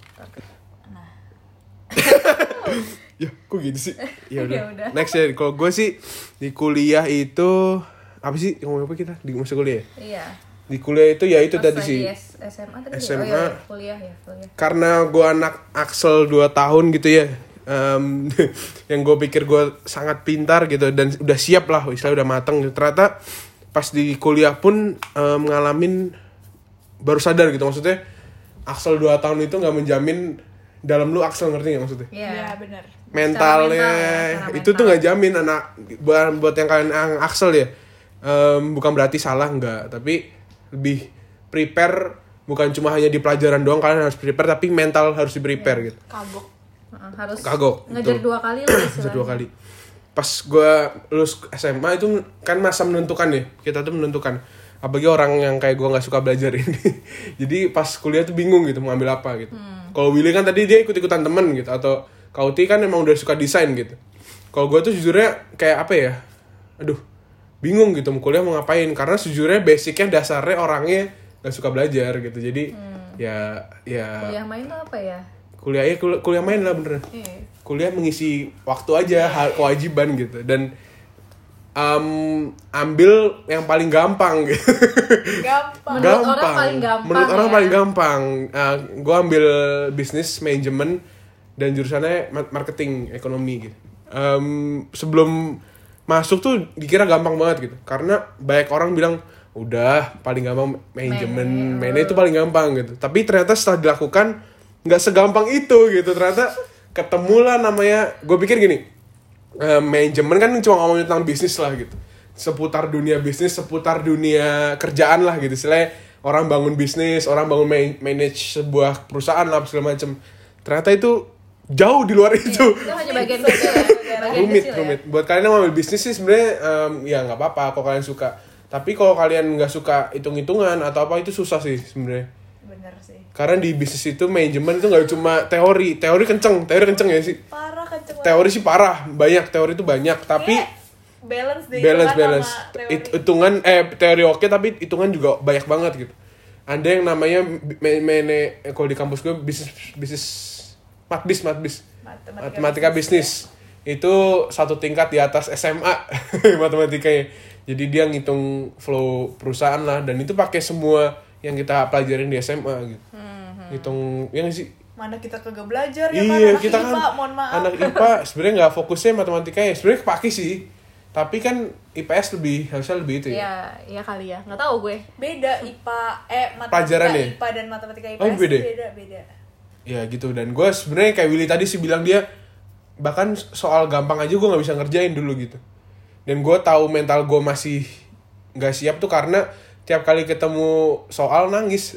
Ya, kok gitu sih? Ya Ya udah. udah. Next ya, kalau gue sih di kuliah itu apa sih ngomong apa kita di masa kuliah? Iya. Di kuliah itu ya itu Pas tadi lagi sih. SMA tadi SMA. ya? Oh, iya, kuliah ya, kuliah. Karena gue anak Axel 2 tahun gitu ya. Yang gue pikir gue sangat pintar gitu dan udah siap lah, istilahnya udah mateng gitu. Ternyata pas di kuliah pun ngalamin baru sadar gitu, maksudnya Axel 2 tahun itu nggak menjamin dalam lu Axel, ngerti nggak maksudnya? Iya. Iya, benar. Mentalnya Secara itu tuh nggak jamin anak buat yang kalian yang Axel ya. Bukan berarti salah nggak, tapi lebih prepare, bukan cuma hanya di pelajaran doang kalian harus prepare, tapi mental harus di prepare gitu. Kagok. Harus Kagok, ngejar betul. 2 kali lah Bisa istilahnya. 2 kali. Pas gue lulus SMA itu kan masa menentukan ya, kita tuh menentukan. Apalagi orang yang kayak gue nggak suka belajar ini. Jadi pas kuliah tuh bingung gitu mau ambil apa gitu. Kalau Willy kan tadi dia ikut-ikutan temen gitu, atau Kauti kan emang udah suka desain gitu. Kalau gue tuh jujurnya kayak apa ya, aduh bingung gitu mau kuliah mau ngapain, karena sejujurnya basicnya dasarnya orangnya nggak suka belajar gitu. Jadi ya Kuliah main tuh apa ya? kuliah main lah bener. Iya. Kuliah mengisi waktu aja, kewajiban gitu. Dan ambil yang paling gampang gitu. Gampang. Menurut orang paling gampang Menurut orang ya. paling gampang. Gue ambil bisnis manajemen dan jurusannya marketing ekonomi gitu. Sebelum masuk tuh dikira gampang banget gitu, karena banyak orang bilang udah paling gampang manajemen, mainnya itu paling gampang gitu. Tapi ternyata setelah dilakukan nggak segampang itu gitu. Ternyata ketemulah namanya, gue pikir gini, manajemen kan cuma ngomongin tentang bisnis lah gitu, seputar dunia bisnis, seputar dunia kerjaan lah gitu. Istilahnya orang bangun bisnis, orang bangun manage sebuah perusahaan lah segala macam. Ternyata itu jauh di luar itu. Itu hanya bagian kecil ya. Bagian rumit. kecil ya. Buat kalian yang mau ambil bisnis sih sebenarnya ya nggak apa-apa kalau kalian suka. Tapi kalau kalian nggak suka hitung-hitungan atau apa, itu susah sih sebenarnya. Bener sih. Karena di bisnis itu manajemen itu nggak cuma teori kenceng ya sih. Parah kenceng banget. Teori sih parah, banyak teori itu banyak, tapi balance deh balance. sama teori. Hitungan teori oke, tapi hitungan juga banyak banget gitu. Ada yang namanya kalau di kampus gue bisnis matematika bisnis. Itu 1 tingkat di atas SMA matematikanya. Jadi dia ngitung flow perusahaan lah, dan itu pakai semua yang kita pelajarin di SMA gitu. Ngitung ya nggak sih? Mana kita kagak belajar ya, Iya, anak kita IPA, kan mohon maaf. anak IPA sebenarnya nggak fokusnya matematika ya. Sebenarnya kepake sih. Tapi kan IPS harusnya lebih itu ya. Iya kali ya. Nggak tahu gue. Beda IPA matematika Pelajaran ya? IPA dan matematika IPS Oh, beda? beda. Ya gitu, dan gue sebenarnya kayak Willy tadi sih bilang, dia bahkan soal gampang aja gue nggak bisa ngerjain dulu gitu. Dan gue tahu mental gue masih nggak siap tuh karena tiap kali ketemu soal nangis.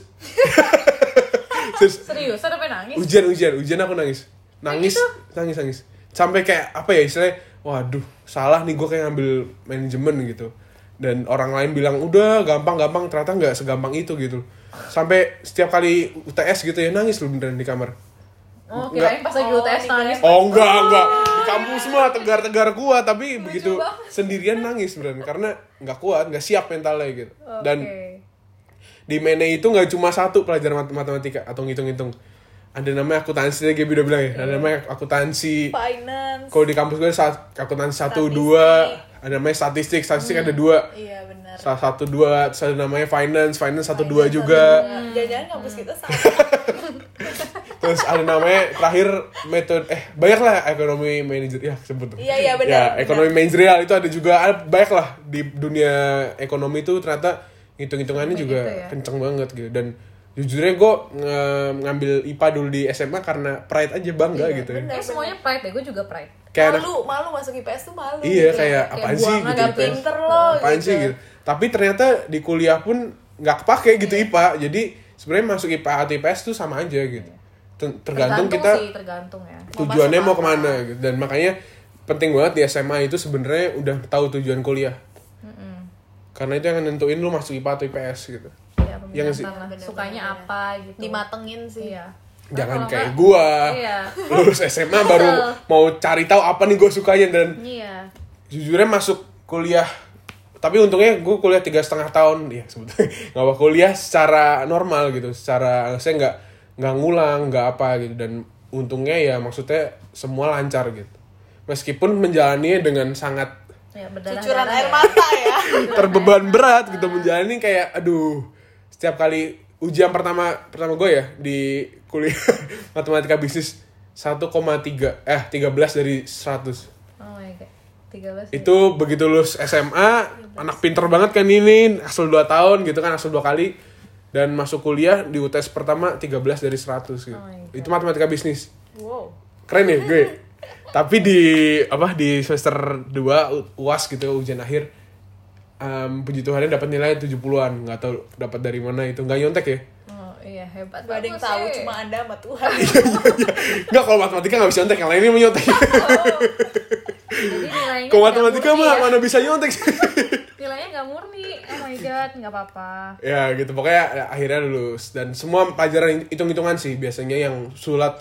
Serius, sampai nangis. ujian aku nangis sampai kayak apa ya istilahnya, waduh salah nih gue kayak ngambil manajemen gitu. Dan orang lain bilang udah gampang, ternyata nggak segampang itu gitu. sampai setiap kali UTS gitu ya nangis lu beneran di kamar. Oh, kirain pas lagi UTS nangis. Oh enggak. Di kampus semua tegar-tegar kuat, tapi begitu sendirian nangis beneran karena nggak kuat, nggak siap mentalnya gitu. Dan di Mene itu nggak cuma satu pelajaran matematika atau ngitung-ngitung. Ada namanya akuntansi, Gaby udah bilang ya. Ada namanya akuntansi. Finance. Kalau di kampus gue akuntansi 1, 2. Ada namanya statistik ada 2. Iya benar. 1, 2. Terus ada namanya finance 1, 2 juga. Jangan-jangan kampus kita sama. Terus ada namanya terakhir metode banyak lah ekonomi manajer ya sebut. Iya benar. Ya, ekonomi manajerial itu ada juga banyak lah di dunia ekonomi itu ternyata hitung-hitungannya juga gitu ya? kenceng banget gitu. Dan jujurnya gue ngambil IPA dulu di SMA karena pride aja bangga gitu ya. Kayak semuanya pride deh, gue juga pride. Kayak Malu masuk IPS tuh malu. iya gitu. kayak apaan sih buangan gitu Gak IPS. pinter loh Apaan gitu. sih gitu. Tapi ternyata di kuliah pun nggak kepake gitu IPA. Jadi sebenarnya masuk IPA atau IPS tuh sama aja gitu. Tergantung kita sih, tergantung ya. tujuannya mau kemana gitu. Dan makanya penting banget di SMA itu sebenarnya udah tahu tujuan kuliah. Karena itu yang nentuin lu masuk IPA atau IPS gitu. Iya, Yang sih. pemilihan lah. Sukanya apa gitu. Dimatengin sih. Iya. Jangan Kalau kayak nggak- gua Iya. lulus SMA baru mau cari tahu apa nih gue sukanya. Dan Iya. jujurnya masuk kuliah, tapi untungnya gue kuliah 3,5 tahun ya sebetulnya nggak apa kuliah secara normal gitu, secara saya nggak ngulang nggak apa gitu. Dan untungnya ya maksudnya semua lancar gitu, meskipun menjalaninya dengan sangat Ya, Cucuran air mata ya. terbeban berat gitu, menjalani kayak aduh setiap kali ujian pertama gue ya di kuliah matematika bisnis 1,3 13 dari 100. Oh my god. 13. Itu begitu lulus SMA, anak pinter banget kan ini, asal 2 tahun gitu kan, asal 2 kali. Dan masuk kuliah di UTS pertama 13 dari 100 gitu. Oh my God. Itu matematika bisnis. Wow. Keren ya gue. Tapi di semester 2 UAS gitu ujian akhir, puji Tuhannya dapat nilai 70-an, nggak tahu dapat dari mana itu, nggak nyontek ya. Oh iya, hebat. Gak ada yang Bagus tahu, sih. cuma Anda sama Tuhan. Nggak, kalau matematika nggak bisa nyontek, yang lainnya menyontek. Jadi nilainya Kalau nggak matematika murni mah ya. mana bisa nyontek sih. Nilainya nggak murni. Oh my god, nggak apa-apa. Ya gitu, pokoknya ya, akhirnya lulus. Dan semua pelajaran hitung-hitungan sih biasanya yang susah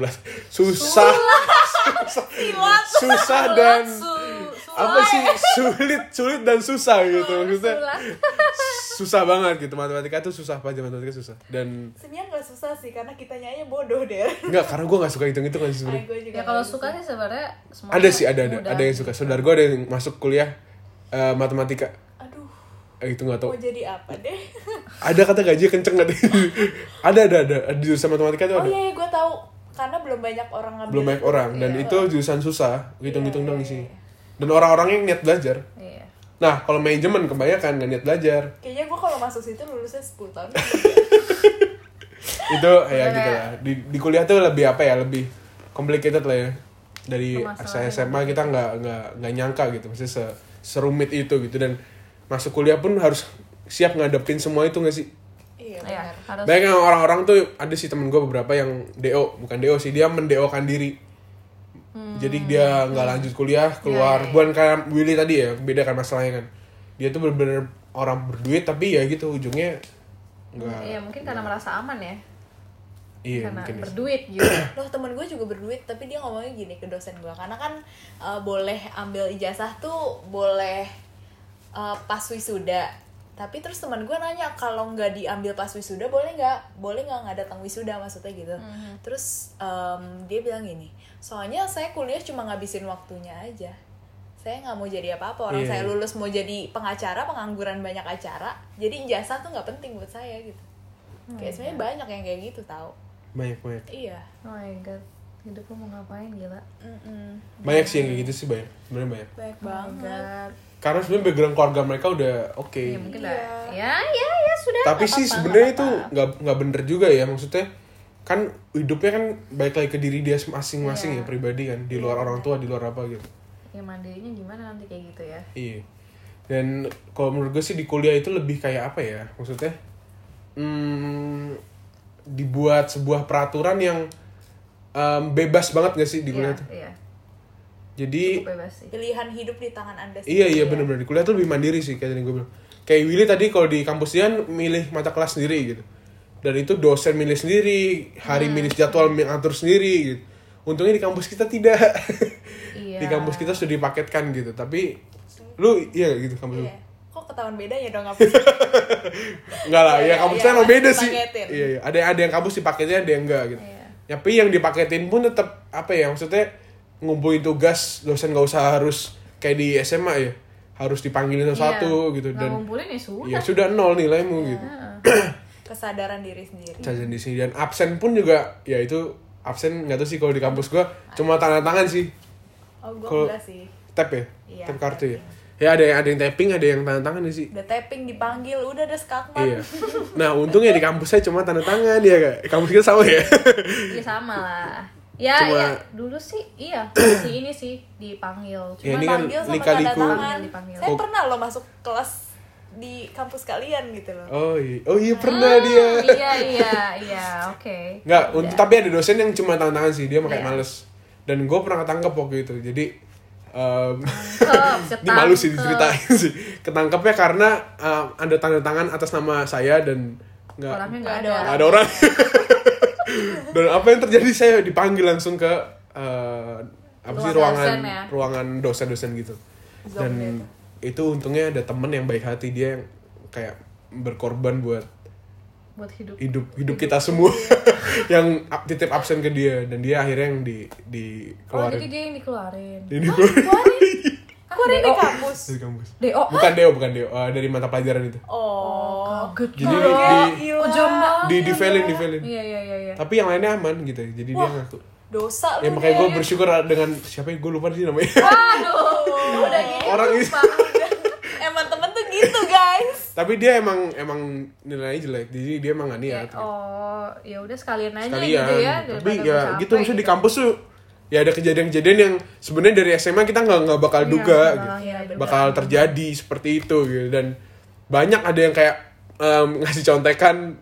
dan apa sih sulit dan susah gitu maksudnya. Susah banget gitu, matematika tuh susah, pelajaran matematika susah. Dan Sebenarnya gak susah sih, karena kitanya aja bodoh deh. enggak, karena gue nggak suka hitung-hitungan sih sebenarnya. Gue juga Ya kalau nggak suka sih sebenarnya semuanya Ada sih, ada mudah. yang suka. Saudara gue ada yang masuk kuliah matematika. Aduh, Itu nggak tahu. mau jadi apa deh? Ada kata gaji kenceng nggak? ada di jurusan matematika tuh Oh ada. iya, gue tahu. Karena belum banyak orang ngambil. Belum banyak orang dan Iya. itu jurusan susah, hitung-hitung dong sih. Dan orang-orangnya niat belajar. Iya. Nah, kalau manajemen kebanyakan nggak niat belajar. Kayaknya gue kalau masuk situ lulusnya 10 tahun. Itu ya gitu lah. Di kuliah tuh lebih apa ya, lebih complicated lah ya. Dari Permasalahannya SMA kita nggak nyangka gitu, maksudnya serumit itu gitu. Dan masuk kuliah pun harus siap ngadepin semua itu nggak sih? Iya, Iya, benar. harus. Banyak yang orang-orang tuh, ada sih temen gue beberapa yang DO, bukan DO sih, dia mendeokan diri. Jadi dia nggak lanjut kuliah, keluar. Bukan kayak Willy tadi ya, beda kan masalahnya kan. Dia tuh bener-bener orang berduit tapi ya gitu ujungnya nggak. Iya, mungkin karena merasa aman ya. Iya Karena mungkin. berduit gitu. Loh, temen gue juga berduit, tapi dia ngomongnya gini ke dosen gue. Karena kan boleh ambil ijazah tuh, boleh pas wisuda. Tapi terus teman gue nanya, kalau nggak diambil pas wisuda boleh nggak datang wisuda, maksudnya gitu. Terus dia bilang gini, soalnya saya kuliah cuma ngabisin waktunya aja, saya nggak mau jadi apa-apa. Orang Iya. saya lulus mau jadi pengacara, pengangguran banyak acara, jadi ijazah tuh nggak penting buat saya gitu. Kayak sebenarnya banyak yang kayak gitu tau. Banyak. Iya. Oh my god. Hidup lu mau ngapain gila? Banyak sih yang kayak gitu sih, banyak. Sebenarnya banyak. Banyak Oh my banget. god. Karena sebenarnya background keluarga mereka udah oke. Ya mungkin Iya. lah. Ya sudah. Tapi nggak sih apa-apa, sebenarnya nggak itu apa-apa. nggak bener juga ya, maksudnya kan hidupnya kan balik lagi ke diri dia masing-masing ya, pribadi kan, di luar orang tua, di luar apa gitu. Ya mandirinya gimana nanti kayak gitu ya. Iya. Dan kalau menurut gue sih di kuliah itu lebih kayak apa ya, maksudnya dibuat sebuah peraturan yang bebas banget gak sih di kuliah tuh. Iya. Jadi Cukup bebas sih. Pilihan hidup di tangan Anda iya sendiri. ya. benar-benar di kuliah tuh lebih mandiri sih kayak tadi gue bilang. Kayak Willy tadi kalau di kampus dia milih mata kelas sendiri gitu. Dan itu dosen milih sendiri, hari milih jadwal mengatur sendiri gitu. Untungnya di kampus kita tidak. Iya. Di kampus kita sudah dipaketkan gitu. Tapi lu iya gitu kampus lu. Iya. Kok ketahuan bedanya dong apa? Enggak lah, ya kampus kan beda sih. dipaketin. Iya, iya. Ada yang kampus dipaketnya, ada yang enggak gitu. Iya. Tapi yang dipaketin pun tetap apa ya? Maksudnya ngumpulin tugas, dosen enggak usah harus kayak di SMA ya. Harus dipanggilin satu-satu gitu Nggak dan ngumpulin ya sudah. ya sudah 0 nilaimu gitu. Kesadaran diri sendiri. Cajan di sini dan absen pun juga ya itu absen nggak tahu sih kalau di kampus gua cuma tanda tangan sih. Oh, gue Kalau- enggak sih. Tap ya? Iya, Tap kartu ya? tapping. Ya ada yang tapping, ada yang tanda tangan sih. Udah tapping dipanggil, udah ada skakmat. Iya. Nah, untungnya di kampus saya cuma tanda tangan ya, Kak. Kampus kita sama ya. Iya sama lah. Ya, Cuma- ya dulu sih iya si ini sih dipanggil. Ya, Cuma ini kan Panggil sama lika-liku. tanda tangan. Dipanggil. Saya pernah loh masuk kelas di kampus kalian gitu loh. Oh iya pernah dia. iya, oke. Nggak, tapi ada dosen yang cuma tanda tangan sih, dia kayak Iya. males. Dan gue pernah ketangkep waktu itu. Jadi Ketangkep, ini malu sih diceritain sih. Ketangkepnya karena ada tanda tangan atas nama saya dan Orangnya nggak ada. nggak ada orang. Dan apa yang terjadi, saya dipanggil langsung ke apa sih Ruang ruangan dosen ya? ruangan dosen-dosen gitu. Dan itu untungnya ada temen yang baik hati, dia yang kayak berkorban buat buat hidup. hidup kita semua. Yang titip absen ke dia dan dia akhirnya yang Oh, dikeluarin. jadi dia yang dikeluarin. Dia dikeluarin Keluarin di kampus. dari kampus. DO. Bukan Deo, dari mata pelajaran itu. Oh. Kaget. Jadi Oh, jam banget. di-failin. Iya. Tapi yang lainnya aman gitu. Jadi dia ngaku. Dosa Ya lu. makanya gue bersyukur dengan siapa ya, gue lupa sih namanya. Aduh, udah gini Orang ini. lupa. Emang temen tuh gitu guys. Tapi dia emang nilainya jelek. Jadi dia emang gak niat. gitu. Oh, ya udah sekalian aja Sekalian. gitu ya. Tapi daripada ya capek gitu maksudnya di kampus tuh ya ada kejadian-kejadian yang sebenarnya dari SMA kita nggak bakal duga gitu. Iya, benar. Bakal terjadi seperti itu gitu. Dan banyak ada yang kayak ngasih contekan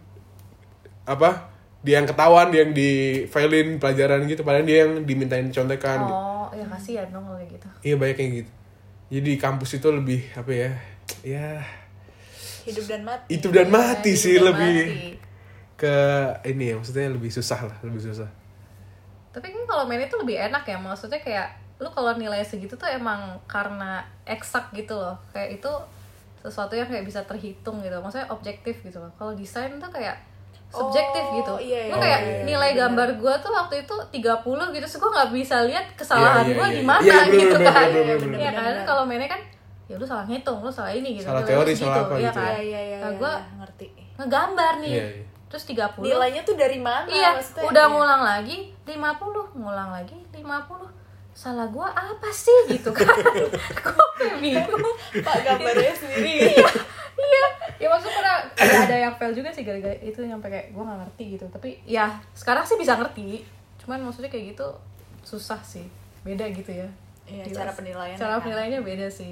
apa dia yang ketahuan, dia yang di failin pelajaran gitu, padahal dia yang dimintain contekan gitu. Oh, ya kasihan dong kalau kayak gitu. Iya banyak yang gitu. Jadi di kampus itu lebih apa ya? Ya Hidup dan mati. itu dan mati Hidup sih dan lebih mati. ke ini ya, maksudnya lebih susah lah, lebih susah. Tapi kan kalau main itu lebih enak ya, maksudnya kayak lu kalau nilai segitu tuh emang karena eksak gitu loh, kayak itu sesuatu yang kayak bisa terhitung gitu, maksudnya objektif gitu loh. Kalau desain tuh kayak subjektif gitu. Iya, Lu iya, kayak iya, nilai gambar gue tuh waktu itu 30 gitu, terus gue nggak bisa lihat kesalahan Iya, gue iya, di iya. mana Iya, bener, gitu bener, kan. bener, bener, Iya bener. kan kalau mainnya kan ya lu salah ngitung, lu salah ini gitu. Salah Nilai teori, lu salah apa iya gitu kan. Iya. Nah, gue ngerti. ngegambar nih. Iya, iya. Terus 30. Nilainya tuh dari mana? Iya, maksudnya? udah Iya. ngulang lagi 50, ngulang lagi 50. Salah gua apa sih gitu kan? Gue bingung. Pak gambarnya sendiri. Iya, ya maksudnya pernah ada yang fail juga sih gara-gara itu, nyampe kayak gue nggak ngerti gitu. Tapi ya sekarang sih bisa ngerti. Cuman maksudnya kayak gitu susah sih, beda gitu ya. Iya, Jelas. cara penilaiannya Cara kan. penilaiannya beda sih.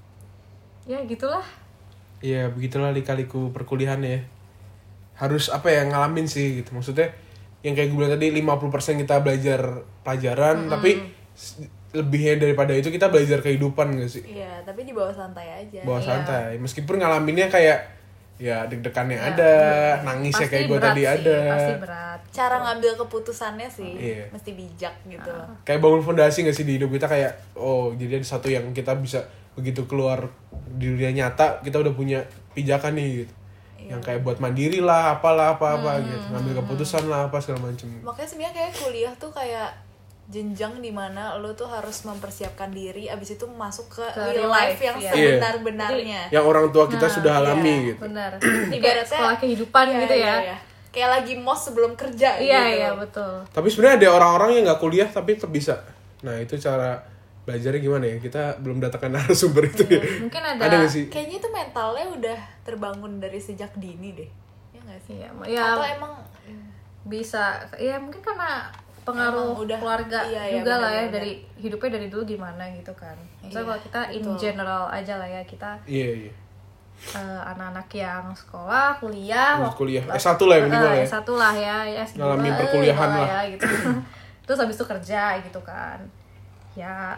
Ya gitulah. Iya begitulah lika-liku perkuliahan ya. Harus apa ya, ngalamin sih gitu. Maksudnya yang kayak gue bilang tadi 50% kita belajar pelajaran, tapi lebihnya daripada itu kita belajar kehidupan gak sih? Iya, tapi di bawah santai aja. Bawa Iya. santai. Meskipun ngalaminnya kayak ya deg-degannya ada, nangisnya Pasti kayak gue berat tadi sih, ada. Pasti berat. Cara ngambil keputusannya sih Iya. mesti bijak gitu loh. Kayak bangun fondasi gak sih di hidup kita, kayak oh jadi ada satu yang kita bisa begitu keluar di dunia nyata kita udah punya pijakan nih gitu. Yang kayak buat mandiri lah, apalah apa-apa gitu. Ngambil keputusan lah apa segala macem. Makanya sebenarnya kayak kuliah tuh kayak jenjang dimana lo tuh harus mempersiapkan diri, abis itu masuk ke real life yang iya. sebenar-benarnya. Yang orang tua kita sudah alami gitu. Benar. Ini kayak Ibaratnya- sekolah kehidupan Iya, gitu ya. iya. Kayak lagi mos sebelum kerja Iya, gitu. iya betul. Tapi sebenarnya ada orang-orang yang nggak kuliah tapi tetap bisa. Nah itu cara belajarnya gimana ya? Kita belum datangkan narasumber itu ya. Mungkin ada Ada nggak sih? Kayaknya itu mentalnya udah terbangun dari sejak dini deh. Ya nggak sih? Iya, ya Atau emang bisa ya mungkin karena pengaruh Emang udah- keluarga iya, juga lah ya, benar-benar. dari hidupnya dari dulu gimana gitu kan. Misalnya Iya, kalau kita in betul. general aja lah ya, kita Iya iya. anak-anak yang sekolah, kuliah, Kuliah. S1 lah ya minimal ya. S1 lah ya, S2 Ngalamin perkuliahan lah. ya gitu. Terus habis itu kerja gitu kan. Ya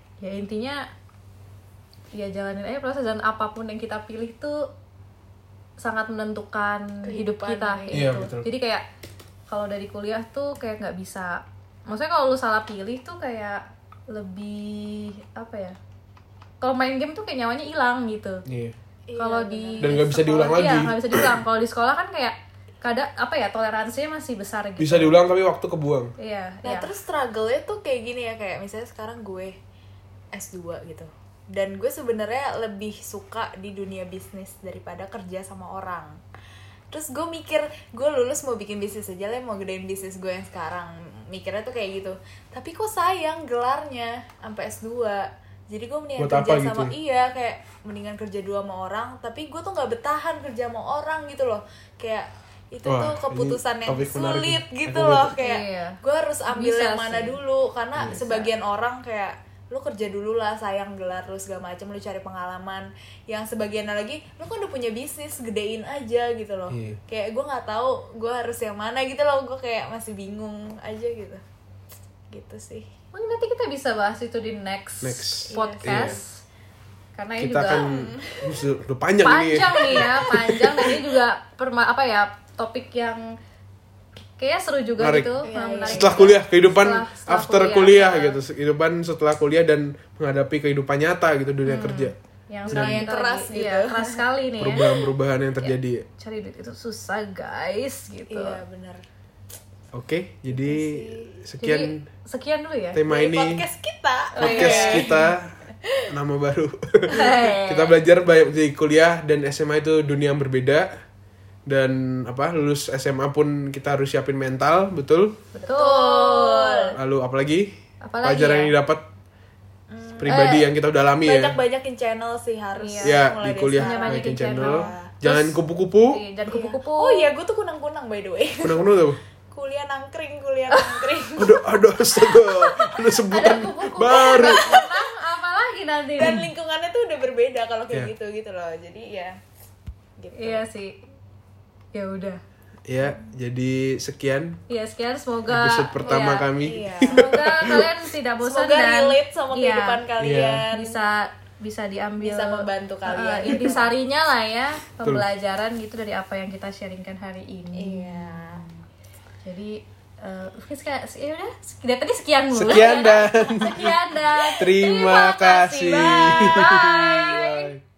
intinya ya jalanin aja proses, dan apapun yang kita pilih tuh sangat menentukan hidup kita Iya, gitu. betul. Jadi kayak kalau dari kuliah tuh kayak nggak bisa, maksudnya kalau lu salah pilih tuh kayak lebih apa ya, kalau main game tuh kayak nyawanya hilang gitu. Iya. Kalau di Dan nggak bisa diulang sekolah, lagi. Iya, nggak bisa diulang. Kalau di sekolah kan kayak kadang apa ya, toleransinya masih besar gitu. Bisa diulang tapi waktu kebuang. Iya. Nah iya. terus struggle-nya tuh kayak gini ya, kayak misalnya sekarang gue S2 gitu, dan gue sebenarnya lebih suka di dunia bisnis daripada kerja sama orang. Terus gue mikir, gue lulus mau bikin bisnis aja lah, mau gedein bisnis gue yang sekarang. Mikirnya tuh kayak gitu. Tapi kok sayang gelarnya sampai S2. Jadi gue mendingan Buat kerja apa sama gitu? iya, kayak mendingan kerja dua sama orang, tapi gue tuh nggak betahan kerja sama orang gitu loh. Kayak itu Wah, tuh keputusan ini yang topik menarik sulit nih. gitu Aku loh, betul. kayak Iya. gue harus ambil Bisa yang mana sih. dulu, karena sebagian orang kayak lu kerja dulu lah, sayang gelar lu segala macem, lu cari pengalaman. Yang sebagian lagi lu kan udah punya bisnis, gedein aja gitu loh. Iya. Kayak gue nggak tahu gue harus yang mana gitu loh, gue kayak masih bingung aja gitu sih. Mungkin nanti kita bisa bahas itu di next podcast. Karena ini Kita juga akan udah panjang ini. panjang nih ya, panjang, dan ini juga topik yang kayaknya seru juga Menarik. gitu. Iya, menarik Setelah juga. kuliah, kehidupan Setelah after kuliah gitu, kehidupan setelah kuliah dan menghadapi kehidupan nyata gitu, dunia kerja. Yang sekarang yang keras keras gitu. Iya, keras sekali nih ya. Perubahan-perubahan yang terjadi. Cari duit itu susah guys gitu. Iya benar. Oke, jadi Jadi sekian dulu ya. tema ini Podcast kita. podcast kita, nama baru. Kita belajar banyak di kuliah dan SMA itu dunia yang berbeda, dan lulus SMA pun kita harus siapin mental, betul. Betul. Lalu apalagi Apalagi pelajaran ya? yang didapat pribadi yang kita udah alami ya. Banyak-banyakin channel sih harus. Ya, mulai di dari kuliah sekarang. banyakin Banyakin channel. channel. Jangan kupu-kupu. Iya, dan kupu-kupu. Oh iya, gue tuh kunang-kunang by the way. Kunang-kunang tuh. kuliah nangkring. Ada astaga. Ada sebutan baru. Tenang, apalagi nanti. Dan lingkungannya tuh udah berbeda kalau kayak Iya. gitu loh. Jadi ya gitu. Iya sih. Ya udah. Ya, jadi sekian Iya, sekian, semoga episode pertama iya, kami. Iya. Semoga kalian tidak bosan Semoga dan relate sama iya, kehidupan kalian. bisa diambil, Bisa membantu kalian. intisarinya lah ya, pembelajaran gitu dari apa yang kita sharingkan hari ini. Iya. Jadi ya udah, dari tadi sekian dulu. Sekian dan Sekian dan terima kasih. Bye. Bye.